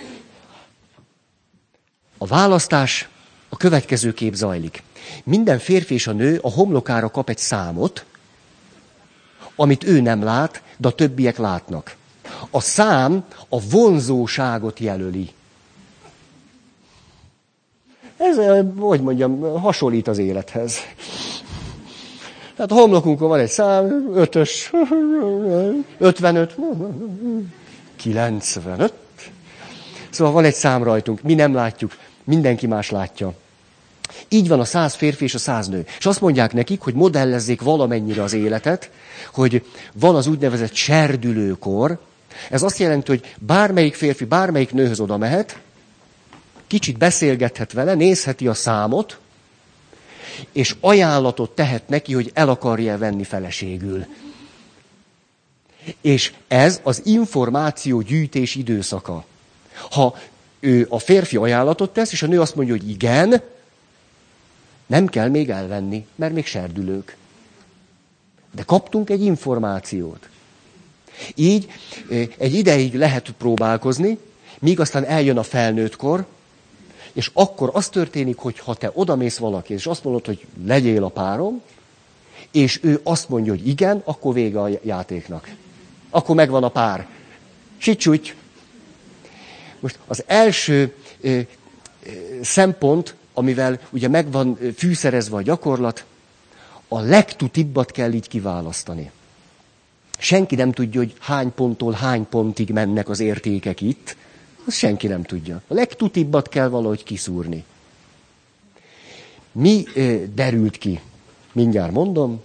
a választás a következő kép zajlik. Minden férfi és a nő a homlokára kap egy számot, amit ő nem lát, de a többiek látnak. A szám a vonzóságot jelöli. Ez, hogy mondjam, hasonlít az élethez. Tehát a homlokunkon van egy szám, ötös, ötvenöt, kilencvenöt. Szóval van egy szám rajtunk, mi nem látjuk, mindenki más látja. Így van a száz férfi és a száz nő. És azt mondják nekik, hogy modellezzék valamennyire az életet, hogy van az úgynevezett serdülőkor. Ez azt jelenti, hogy bármelyik férfi, bármelyik nőhöz oda mehet, kicsit beszélgethet vele, nézheti a számot, és ajánlatot tehet neki, hogy el akarja venni feleségül. És ez az információ gyűjtés időszaka. Ha ő a férfi ajánlatot tesz, és a nő azt mondja, hogy igen, nem kell még elvenni, mert még serdülők. De kaptunk egy információt. Így egy ideig lehet próbálkozni, míg aztán eljön a felnőttkor, és akkor az történik, hogy ha te odamész valaki, és azt mondod, hogy legyél a párom, és ő azt mondja, hogy igen, akkor vége a játéknak. Akkor megvan a pár. Sicsúgy. Most az első ö, ö, szempont, amivel ugye megvan fűszerezve a gyakorlat, a legtutibbat kell így kiválasztani. Senki nem tudja, hogy hány ponttól hány pontig mennek az értékek itt. Azt senki nem tudja. A legtutibbat kell valahogy kiszúrni. Mi ö, derült ki? Mindjárt mondom.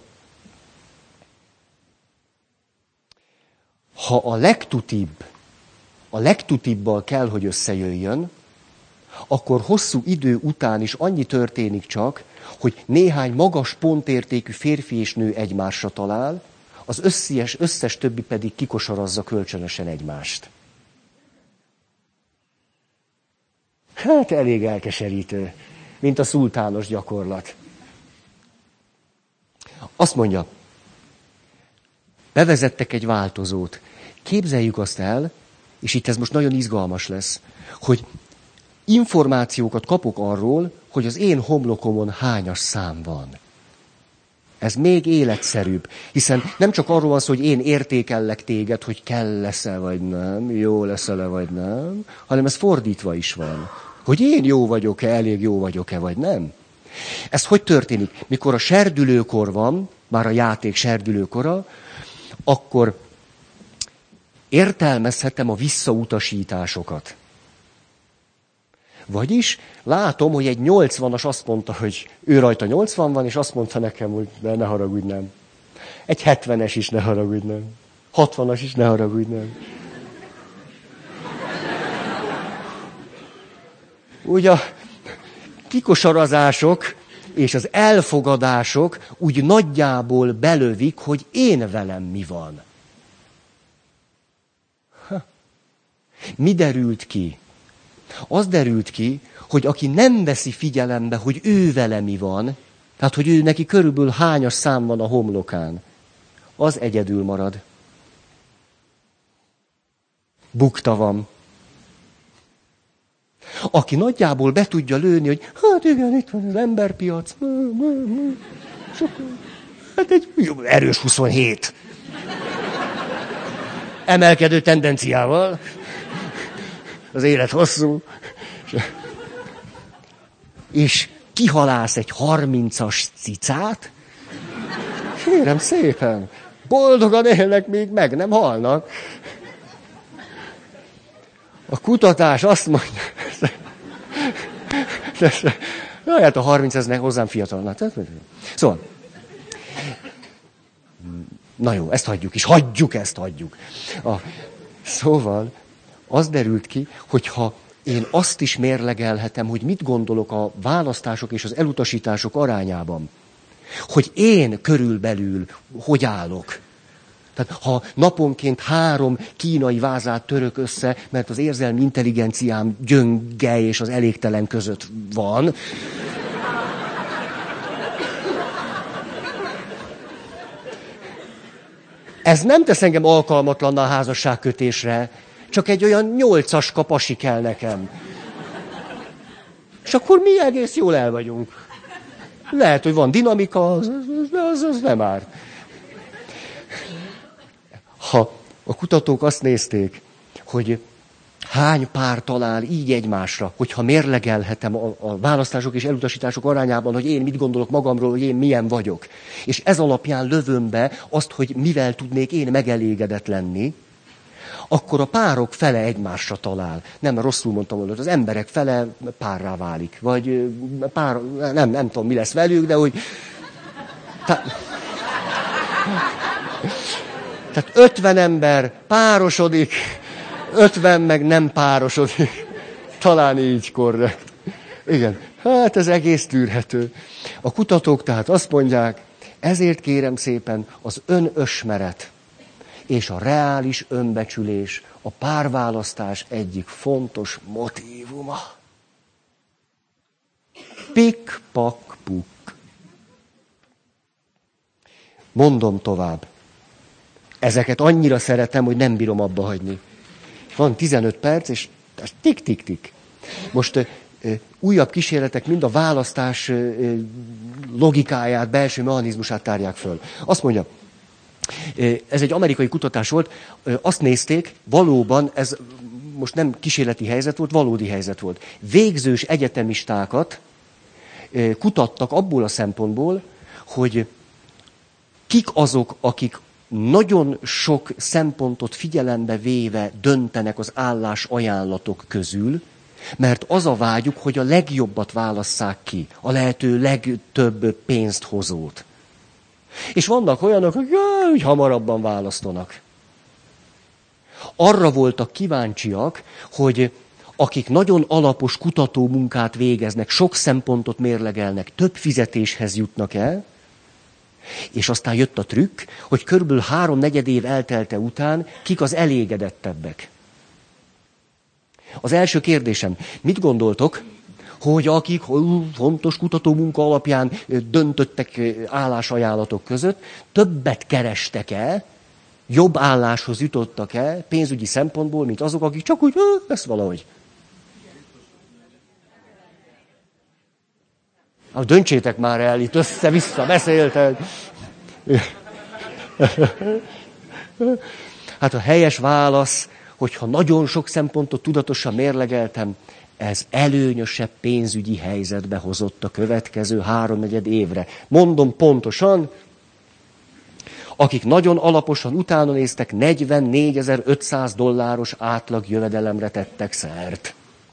Ha a legtutibb, a legtutibbal kell, hogy összejöjjön, akkor hosszú idő után is annyi történik csak, hogy néhány magas pontértékű férfi és nő egymásra talál, az összes, összes többi pedig kikosarazza kölcsönösen egymást. Hát elég elkeserítő, mint a szultános gyakorlat. Azt mondja, bevezettek egy változót. Képzeljük azt el, és itt ez most nagyon izgalmas lesz, hogy információkat kapok arról, hogy az én homlokomon hányas szám van. Ez még életszerűbb. Hiszen nem csak arról van szó, hogy én értékellek téged, hogy kell lesz-e vagy nem, jó lesz-e vagy nem, hanem ez fordítva is van. Hogy én jó vagyok-e, elég jó vagyok-e vagy nem. Ez hogy történik? Mikor a serdülőkor van, már a játék serdülőkora, akkor értelmezhetem a visszautasításokat. Vagyis látom, hogy egy nyolcvanas azt mondta, hogy ő rajta nyolcvan van, és azt mondta nekem, hogy ne, ne haragudj, nem. Egy hetvenes is ne haragudj, nem. hatvanas is ne haragudj, nem. Úgy a kikosarazások és az elfogadások úgy nagyjából belövik, hogy én velem mi van. Ha. Mi derült ki? Az derült ki, hogy aki nem veszi figyelembe, hogy ő vele mi van, tehát hogy ő neki körülbelül hányas szám van a homlokán, az egyedül marad. Bukta van. Aki nagyjából be tudja lőni, hogy hát igen, itt van az emberpiac. Hát egy erős huszonhét. Emelkedő tendenciával. Az élet hosszú. És kihalász egy harmincas cicát. Kérem szépen, boldogan élnek, még meg nem halnak. A kutatás azt mondja, na, hát a harminc ez hozzám fiatalnak. Szóval, na jó, ezt hagyjuk is, hagyjuk ezt, hagyjuk. A, szóval, az derült ki, hogyha én azt is mérlegelhetem, hogy mit gondolok a választások és az elutasítások arányában. Hogy én körülbelül hogy állok. Tehát ha naponként három kínai vázát török össze, mert az érzelmi intelligenciám gyönge és az elégtelen között van. Ez nem tesz engem alkalmatlanná a házasságkötésre, csak egy olyan nyolcaska pasi kell nekem. És akkor mi egész jól el vagyunk. Lehet, hogy van dinamika, az, az, az nem árt. Ha a kutatók azt nézték, hogy hány pár talál így egymásra, hogyha mérlegelhetem a, a választások és elutasítások arányában, hogy én mit gondolok magamról, hogy én milyen vagyok. És ez alapján lövöm be azt, hogy mivel tudnék én megelégedett lenni, akkor a párok fele egymásra talál. Nem, rosszul mondtam volna, az emberek fele párrá válik. Vagy pár, nem, nem tudom, mi lesz velük, de hogy... Tá... Tehát ötven ember párosodik, ötven meg nem párosodik. Talán így korrekt. Igen, hát ez egész tűrhető. A kutatók tehát azt mondják, ezért kérem szépen az önösmeret és a reális önbecsülés a párválasztás egyik fontos motívuma. Pik, pak, puk. Mondom tovább. Ezeket annyira szeretem, hogy nem bírom abba hagyni. Van tizenöt perc, és tik-tik-tik. Most ö, ö, újabb kísérletek mind a választás ö, logikáját, belső mechanizmusát tárják föl. Azt mondja, ö, ez egy amerikai kutatás volt, ö, azt nézték, valóban ez most nem kísérleti helyzet volt, valódi helyzet volt. Végzős egyetemistákat ö, kutattak abból a szempontból, hogy kik azok, akik nagyon sok szempontot figyelembe véve döntenek az állás ajánlatok közül, mert az a vágyuk, hogy a legjobbat válasszák ki, a lehető legtöbb pénzt hozót. És vannak olyanok, hogy úgy hamarabban választanak. Arra voltak kíváncsiak, hogy akik nagyon alapos kutatómunkát végeznek, sok szempontot mérlegelnek, több fizetéshez jutnak el, és aztán jött a trükk, hogy körülbelül három-negyed év eltelte után kik az elégedettebbek. Az első kérdésem, mit gondoltok, hogy akik fontos kutatómunka alapján döntöttek állásajánlatok között, többet kerestek-e, jobb álláshoz jutottak-e pénzügyi szempontból, mint azok, akik csak úgy, lesz valahogy. Hát döntsétek már el, itt össze-vissza beszéltek. Hát a helyes válasz, hogyha nagyon sok szempontot tudatosan mérlegeltem, ez előnyösebb pénzügyi helyzetbe hozott a következő háromnegyed évre. Mondom pontosan, akik nagyon alaposan utána néztek, negyvennégyezer-ötszáz dolláros átlag jövedelemre tettek szert.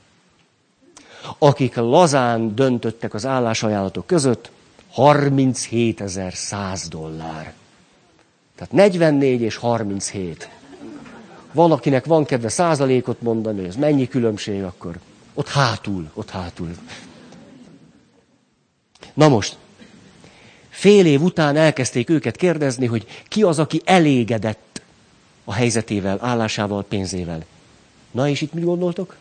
Akik lazán döntöttek az állásajánlatok között, harminchétezer-száz dollár. Tehát negyvennégy és harminchét. Valakinek van kedve százalékot mondani, ez mennyi különbség akkor? Ott hátul, ott hátul. Na most, fél év után elkezdték őket kérdezni, hogy ki az, aki elégedett a helyzetével, állásával, pénzével. Na és itt mit gondoltok?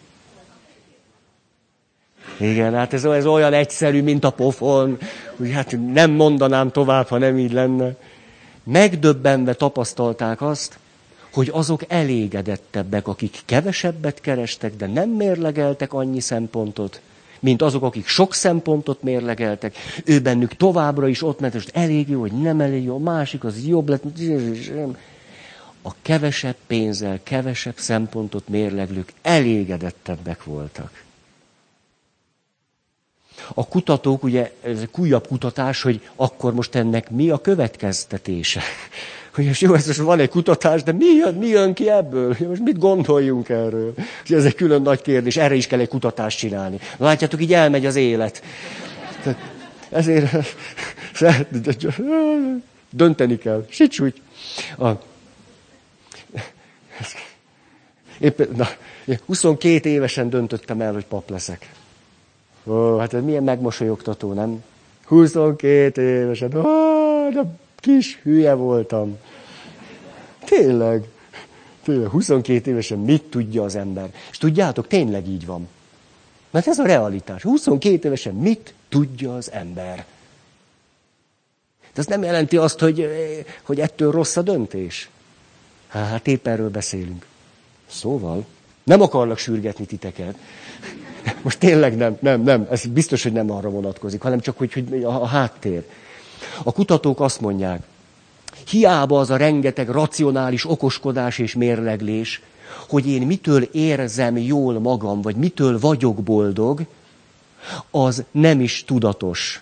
Igen, hát ez, ez olyan egyszerű, mint a pofon, hogy hát nem mondanám tovább, ha nem így lenne. Megdöbbenve tapasztalták azt, hogy azok elégedettebbek, akik kevesebbet kerestek, de nem mérlegeltek annyi szempontot, mint azok, akik sok szempontot mérlegeltek. Ő bennük továbbra is ott ment, hogy elég jó, vagy nem elég jó, a másik az jobb lett. A kevesebb pénzzel, kevesebb szempontot mérleglők elégedettebbek voltak. A kutatók, ugye ez egy újabb kutatás, hogy akkor most ennek mi a következtetése. Hogy jó, ez most van egy kutatás, de mi jön, mi jön ki ebből? Most mit gondoljunk erről? Ez egy külön nagy kérdés, erre is kell egy kutatást csinálni. Látjátok, így elmegy az élet. Ezért dönteni kell. Sics úgy. A... Éppen, na, huszonkét évesen döntöttem el, hogy pap leszek. Ó, hát ez milyen megmosolyogtató, nem? huszonkét évesen. Ó, de kis hülye voltam. Tényleg. Tényleg, huszonkét évesen mit tudja az ember? És tudjátok, tényleg így van. Mert ez a realitás. huszonkét évesen mit tudja az ember? De ez nem jelenti azt, hogy, hogy ettől rossz a döntés. Hát épp erről beszélünk. Szóval, nem akarlak sürgetni titeket. Most tényleg nem, nem, nem. Ez biztos, hogy nem arra vonatkozik, hanem csak, hogy, hogy a, a háttér. A kutatók azt mondják, hiába az a rengeteg racionális okoskodás és mérleglés, hogy én mitől érzem jól magam, vagy mitől vagyok boldog, az nem is tudatos.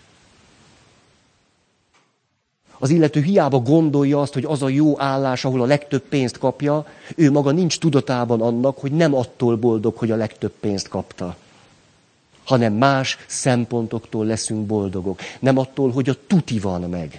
Az illető hiába gondolja azt, hogy az a jó állás, ahol a legtöbb pénzt kapja, ő maga nincs tudatában annak, hogy nem attól boldog, hogy a legtöbb pénzt kapta, hanem más szempontoktól leszünk boldogok. Nem attól, hogy a tuti van meg.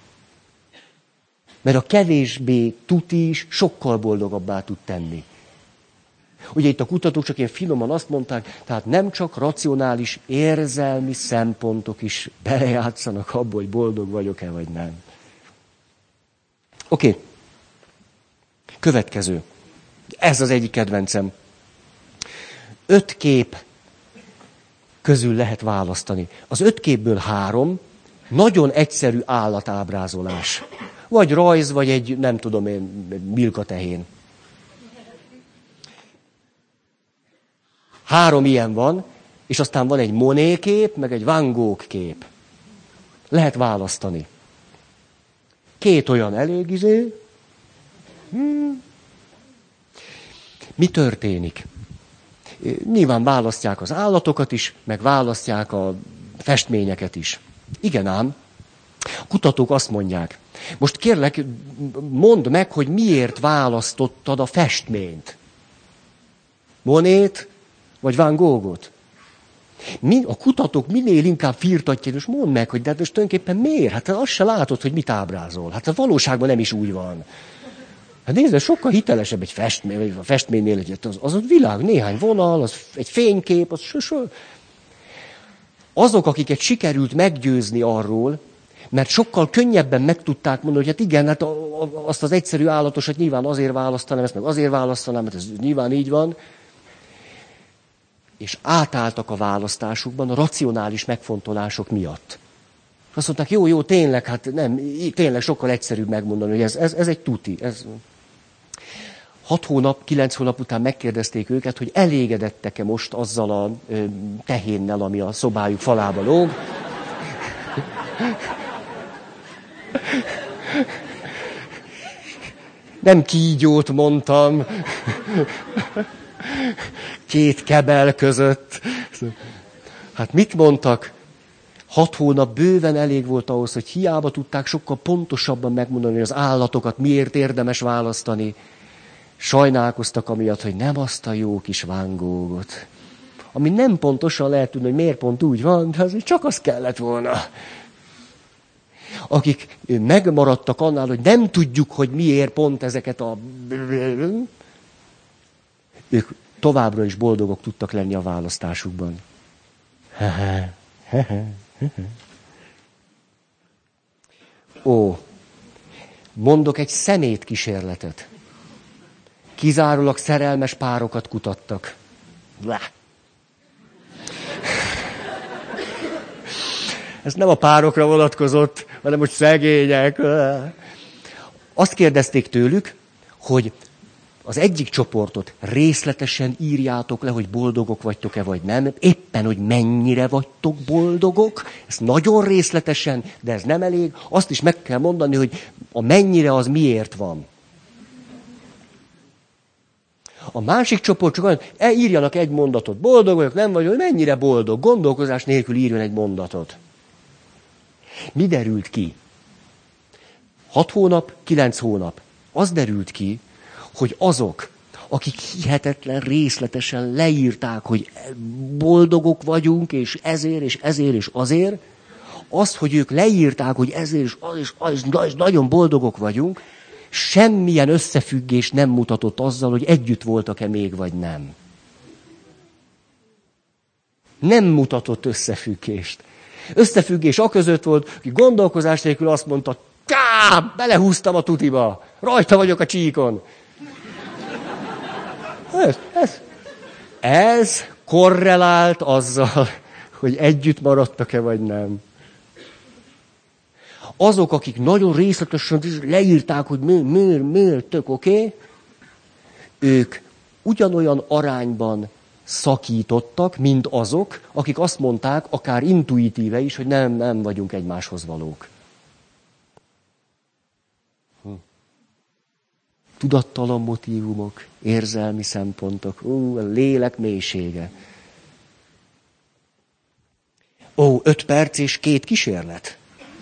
Mert a kevésbé tuti is sokkal boldogabbá tud tenni. Ugye itt a kutatók csak ilyen finoman azt mondták, tehát nem csak racionális, érzelmi szempontok is belejátszanak abba, hogy boldog vagyok-e, vagy nem. Oké. Okay. Következő. Ez az egyik kedvencem. Öt kép közül lehet választani. Az öt képből három nagyon egyszerű állatábrázolás. Vagy rajz, vagy egy, nem tudom én, milkatehén. Három ilyen van, és aztán van egy Monet kép, meg egy Van Gogh kép. Lehet választani. Két olyan elég izé. Hmm. Mi történik? Nyilván választják az állatokat is, meg választják a festményeket is. Igen ám, a kutatók azt mondják, most kérlek, mondd meg, hogy miért választottad a festményt. Monét vagy Van Goghot? Mi, a kutatók minél inkább firtatják, és mondd meg, hogy de most tulajdonképpen miért? Hát azt se látod, hogy mit ábrázol. Hát a valóságban nem is úgy van. Hát nézd, sokkal hitelesebb egy festmény, a festménynél, az, az a világ, néhány vonal, az egy fénykép, az sösöl. Azok, akiket sikerült meggyőzni arról, mert sokkal könnyebben meg tudták mondani, hogy hát igen, hát a, a, azt az egyszerű állatosat nyilván azért választanám, ezt meg azért választanám, mert ez nyilván így van. És átálltak a választásukban a racionális megfontolások miatt. Azt mondták, jó, jó, tényleg, hát nem, tényleg sokkal egyszerűbb megmondani, hogy ez, ez, ez egy tuti. Ez... Hat hónap, kilenc hónap után megkérdezték őket, hogy elégedettek-e most azzal a ö, tehénnel, ami a szobájuk falába lóg. Nem kígyót mondtam. Két kebel között. Hát mit mondtak? Hat hónap bőven elég volt ahhoz, hogy hiába tudták sokkal pontosabban megmondani, hogy az állatokat miért érdemes választani. Sajnálkoztak amiatt, hogy nem azt a jó kis vángógot. Ami nem pontosan lehet tudni, hogy miért pont úgy van, de azért csak az kellett volna. Akik megmaradtak annál, hogy nem tudjuk, hogy miért pont ezeket a... Ők továbbra is boldogok tudtak lenni a választásukban. Ó, mondok egy szemétkísérletet. Kizárólag szerelmes párokat kutattak. Blá. Ez nem a párokra vonatkozott, hanem hogy szegények. Azt kérdezték tőlük, hogy az egyik csoportot részletesen írjátok le, hogy boldogok vagytok-e vagy nem. Éppen, hogy mennyire vagytok boldogok. Ez nagyon részletesen, de ez nem elég. Azt is meg kell mondani, hogy a mennyire az miért van. A másik csoport csak olyan, e, írjanak egy mondatot. Boldog vagyok, nem vagyok, mennyire boldog. Gondolkozás nélkül írjon egy mondatot. Mi derült ki? Hat hónap, kilenc hónap. Az derült ki, hogy azok, akik hihetetlen részletesen leírták, hogy boldogok vagyunk, és ezért, és ezért, és azért, az, hogy ők leírták, hogy ezért, és az, és az, és nagyon boldogok vagyunk, semmilyen összefüggés nem mutatott azzal, hogy együtt voltak-e még, vagy nem. Nem mutatott összefüggést. Összefüggés aközött volt, aki gondolkozás nélkül azt mondta, ká, belehúztam a tutiba, rajta vagyok a csíkon. Ez, ez, ez korrelált azzal, hogy együtt maradtak-e, vagy nem. Azok, akik nagyon részletesen leírták, hogy miért, miért, miért, tök oké, okay, ők ugyanolyan arányban szakítottak, mint azok, akik azt mondták, akár intuitíve is, hogy nem, nem vagyunk egymáshoz valók. Hm. Tudattalan motívumok, érzelmi szempontok, ú, a lélek mélysége. Ó, öt perc és két kísérlet.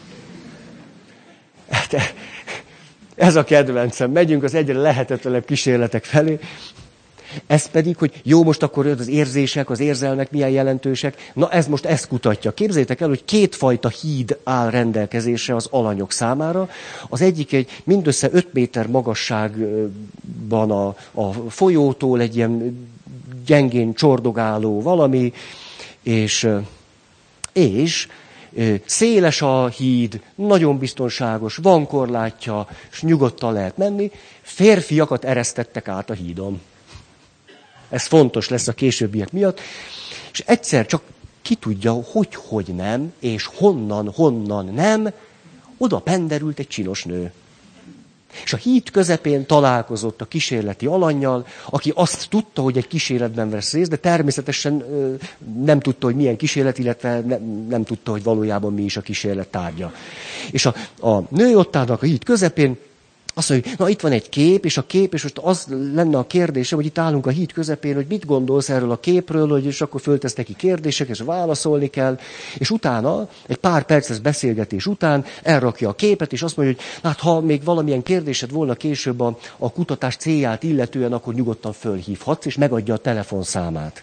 Hát, ez a kedvencem. Megyünk az egyre lehetetlenebb kísérletek felé. Ez pedig, hogy jó, most akkor az érzések, az érzelmek milyen jelentősek. Na ez most ezt kutatja. Képzeljétek el, hogy kétfajta híd áll rendelkezésre az alanyok számára. Az egyik egy mindössze öt méter magasságban a, a folyótól egy ilyen gyengén csordogáló valami, és, és széles a híd, nagyon biztonságos, van korlátja, és nyugodtan lehet menni. Férfiakat eresztettek át a hídon. Ez fontos lesz a későbbiek miatt. És egyszer csak ki tudja, hogy hogy nem, és honnan, honnan nem, oda penderült egy csinos nő. És a híd közepén találkozott a kísérleti alannyal, aki azt tudta, hogy egy kísérletben vesz részt, de természetesen nem tudta, hogy milyen kísérlet, illetve nem, nem tudta, hogy valójában mi is a kísérlet tárgya. És a, a nő ott állnak a híd közepén, azt mondja, na itt van egy kép, és a kép, és most az lenne a kérdése, hogy itt állunk a híd közepén, hogy mit gondolsz erről a képről, hogy és akkor föltesz neki kérdések, és válaszolni kell, és utána, egy pár perces beszélgetés után elrakja a képet, és azt mondja, hogy hát ha még valamilyen kérdésed volna később a, a kutatás célját illetően, akkor nyugodtan fölhívhatsz, és megadja a telefonszámát.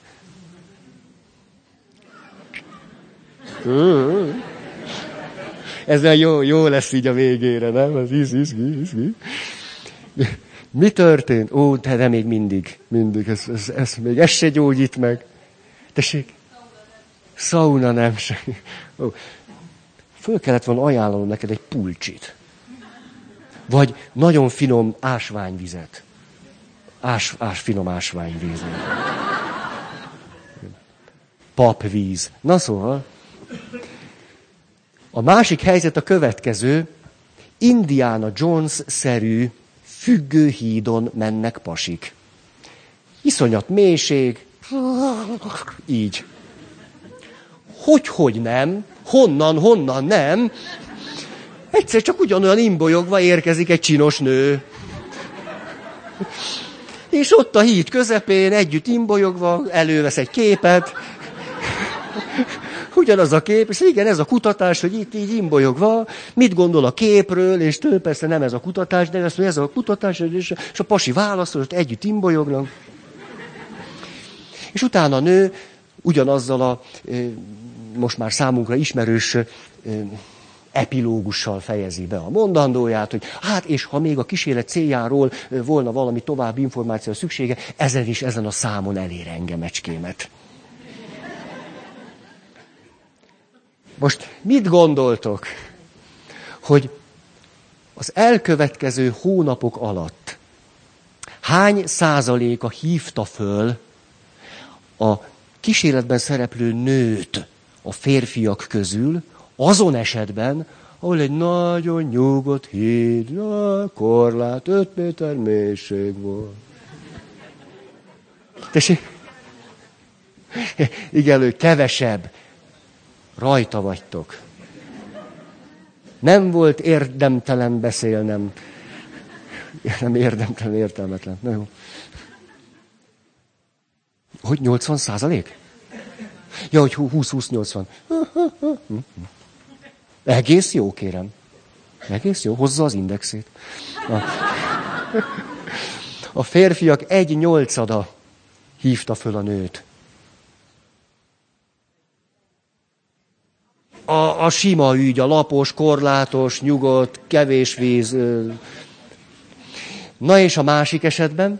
Ez jó, jó lesz így a végére, nem? Az izgi, izgi, izgi. Mi történt? Ó, de, de még mindig, mindig, ez, ez, ez, még ez se gyógyít meg. Tessék? Szauna nem se. Ó. Föl kellett volna ajánlanom neked egy pulcsit. Vagy nagyon finom ásványvizet. Ás, ás, finom ásványvíz. Papvíz. Na szóval... A másik helyzet a következő, Indiana Jones-szerű függőhídon mennek pasik. Iszonyat mélység, így. Hogy, hogy nem, honnan, honnan, nem. Egyszer csak ugyanolyan imbolyogva érkezik egy csinos nő. És ott a híd közepén, együtt imbolyogva, elővesz egy képet. Ugyanaz a kép, és igen, ez a kutatás, hogy itt így imbolyogva, mit gondol a képről, és től persze nem ez a kutatás, de ezt, ez a kutatás, és a pasi válaszol, hogy együtt imbolyognak. És utána a nő ugyanazzal a most már számunkra ismerős epilógussal fejezi be a mondandóját, hogy hát, és ha még a kísérlet céljáról volna valami további információ szüksége, ezen is ezen a számon elér engemecskémet. Most mit gondoltok, hogy az elkövetkező hónapok alatt hány százaléka hívta föl a kísérletben szereplő nőt a férfiak közül, azon esetben, ahol egy nagyon nyugodt híd, na, korlát, öt méter mélység volt. Tessék? Igen, kevesebb. Rajta vagytok. Nem volt érdemtelen beszélnem. Nem érdemtelen, értelmetlen. Na jó. Hogy nyolcvan százalék? Ja, hogy húsz-húsz-nyolcvan. Egész jó, kérem. Egész jó, hozza az indexét. A, a férfiak egy nyolcada hívta föl a nőt. A, a sima ügy, a lapos, korlátos, nyugodt, kevés víz. Na és a másik esetben?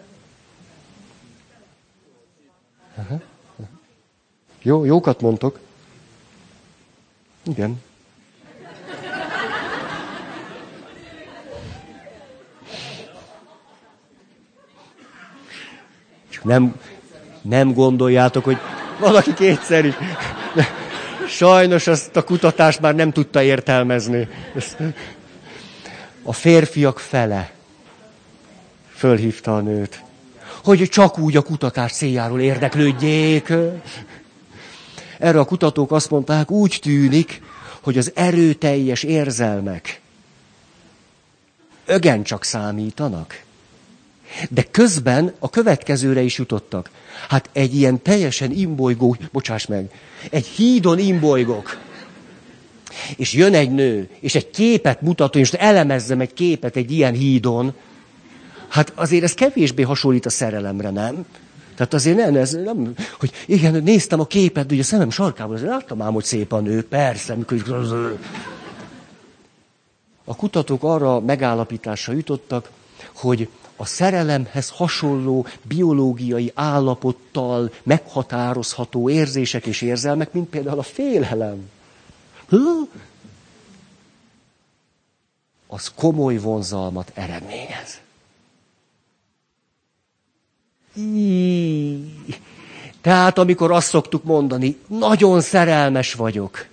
Aha. Jó, jókat mondtok. Igen. Nem, nem gondoljátok, hogy valaki kétszer is. Sajnos azt a kutatást már nem tudta értelmezni. A férfiak fele fölhívta a nőt, hogy csak úgy a kutatás céljáról érdeklődjék. Erre a kutatók azt mondták, úgy tűnik, hogy az erőteljes érzelmek ögencsak számítanak. De közben a következőre is jutottak. Hát egy ilyen teljesen imbolygó, bocsáss meg, egy hídon imbolygok. És jön egy nő, és egy képet mutat, és elemezzem egy képet egy ilyen hídon. Hát azért ez kevésbé hasonlít a szerelemre, nem? Tehát azért nem, ez nem, hogy igen, néztem a képet, de ugye a szemem sarkában, azért láttam ám, hogy szép a nő, persze. Mikor... A kutatók arra megállapításra jutottak, hogy a szerelemhez hasonló biológiai állapottal meghatározható érzések és érzelmek, mint például a félelem. Az komoly vonzalmat eredményez. Tehát amikor azt szoktuk mondani, nagyon szerelmes vagyok.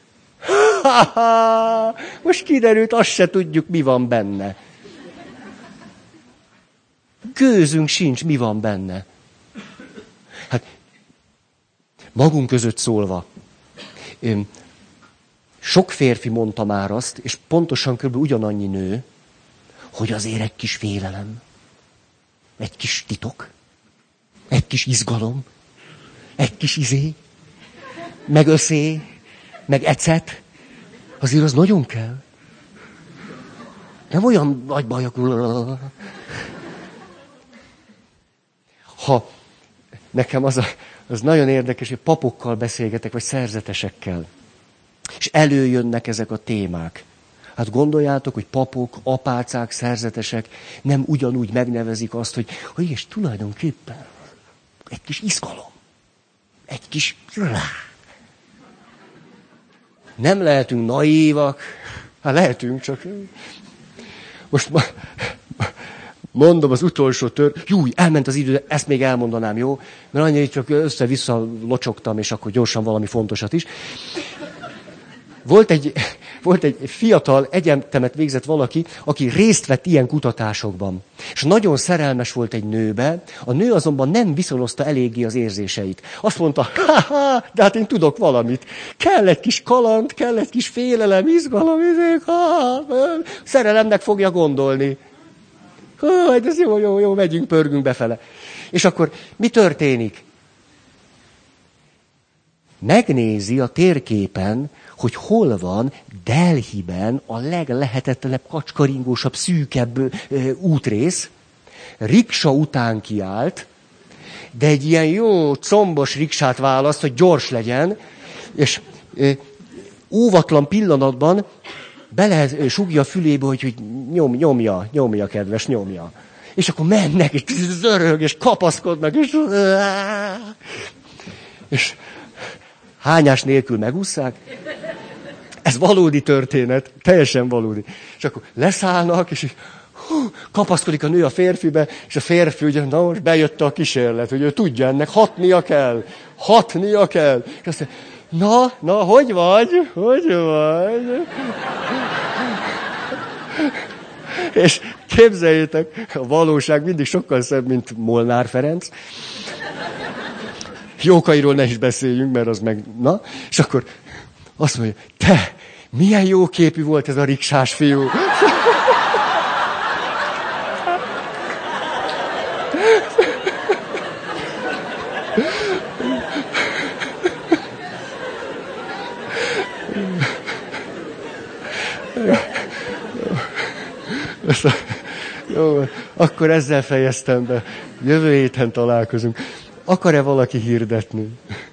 Most kiderült, azt se tudjuk, mi van benne. Gőzünk sincs, mi van benne. Hát, magunk között szólva, sok férfi mondta már azt, és pontosan kb. Ugyanannyi nő, hogy azért egy kis félelem, egy kis titok, egy kis izgalom, egy kis izé, meg összé, meg ecet, azért az nagyon kell. Nem olyan nagy bajok. Ha nekem az, a, az nagyon érdekes, hogy papokkal beszélgetek, vagy szerzetesekkel, és előjönnek ezek a témák. Hát gondoljátok, hogy papok, apácák, szerzetesek nem ugyanúgy megnevezik azt, hogy, hogy és tulajdonképpen egy kis izgalom, egy kis... Nem lehetünk naívak, hát lehetünk, csak... Most ma... Mondom az utolsó tör, júj, elment az idő, ezt még elmondanám, jó? Mert annyira csak össze-vissza locsogtam, és akkor gyorsan valami fontosat is. Volt egy, volt egy fiatal egyetemet végzett valaki, aki részt vett ilyen kutatásokban. És nagyon szerelmes volt egy nőbe, a nő azonban nem viszonozta eléggé az érzéseit. Azt mondta, ha de hát én tudok valamit. Kell egy kis kaland, kell egy kis félelem, izgalom, izék, ha, szerelemnek fogja gondolni. Hogy ez jó, jó, jó, megyünk, pörgünk befele. És akkor mi történik? Megnézi a térképen, hogy hol van Delhiben a leglehetetlenebb, kacskaringósabb, szűkebb ö, útrész. Riksa után kiállt, de egy ilyen jó, combos riksát választ, hogy gyors legyen, és ö, óvatlan pillanatban bele sugja a fülébe, hogy, hogy nyom, nyomja, nyomja, kedves, nyomja. És akkor mennek, és zörög, és kapaszkodnak, és... és hányás nélkül megússzák. Ez valódi történet, teljesen valódi. És akkor leszállnak, és hú, kapaszkodik a nő a férfibe, és a férfi ugye, na most bejött a kísérlet, hogy ő tudja ennek, hatnia kell, hatnia kell. És azt mondja, na, na, hogy vagy? Hogy vagy? És képzeljétek, a valóság mindig sokkal szebb, mint Molnár Ferenc. Jókairól ne is beszéljünk, mert az meg... Na, és akkor azt mondja, te, milyen jó képű volt ez a riksás fiú. Jó, akkor ezzel fejeztem be. Jövő héten találkozunk. Akar-e valaki hirdetni?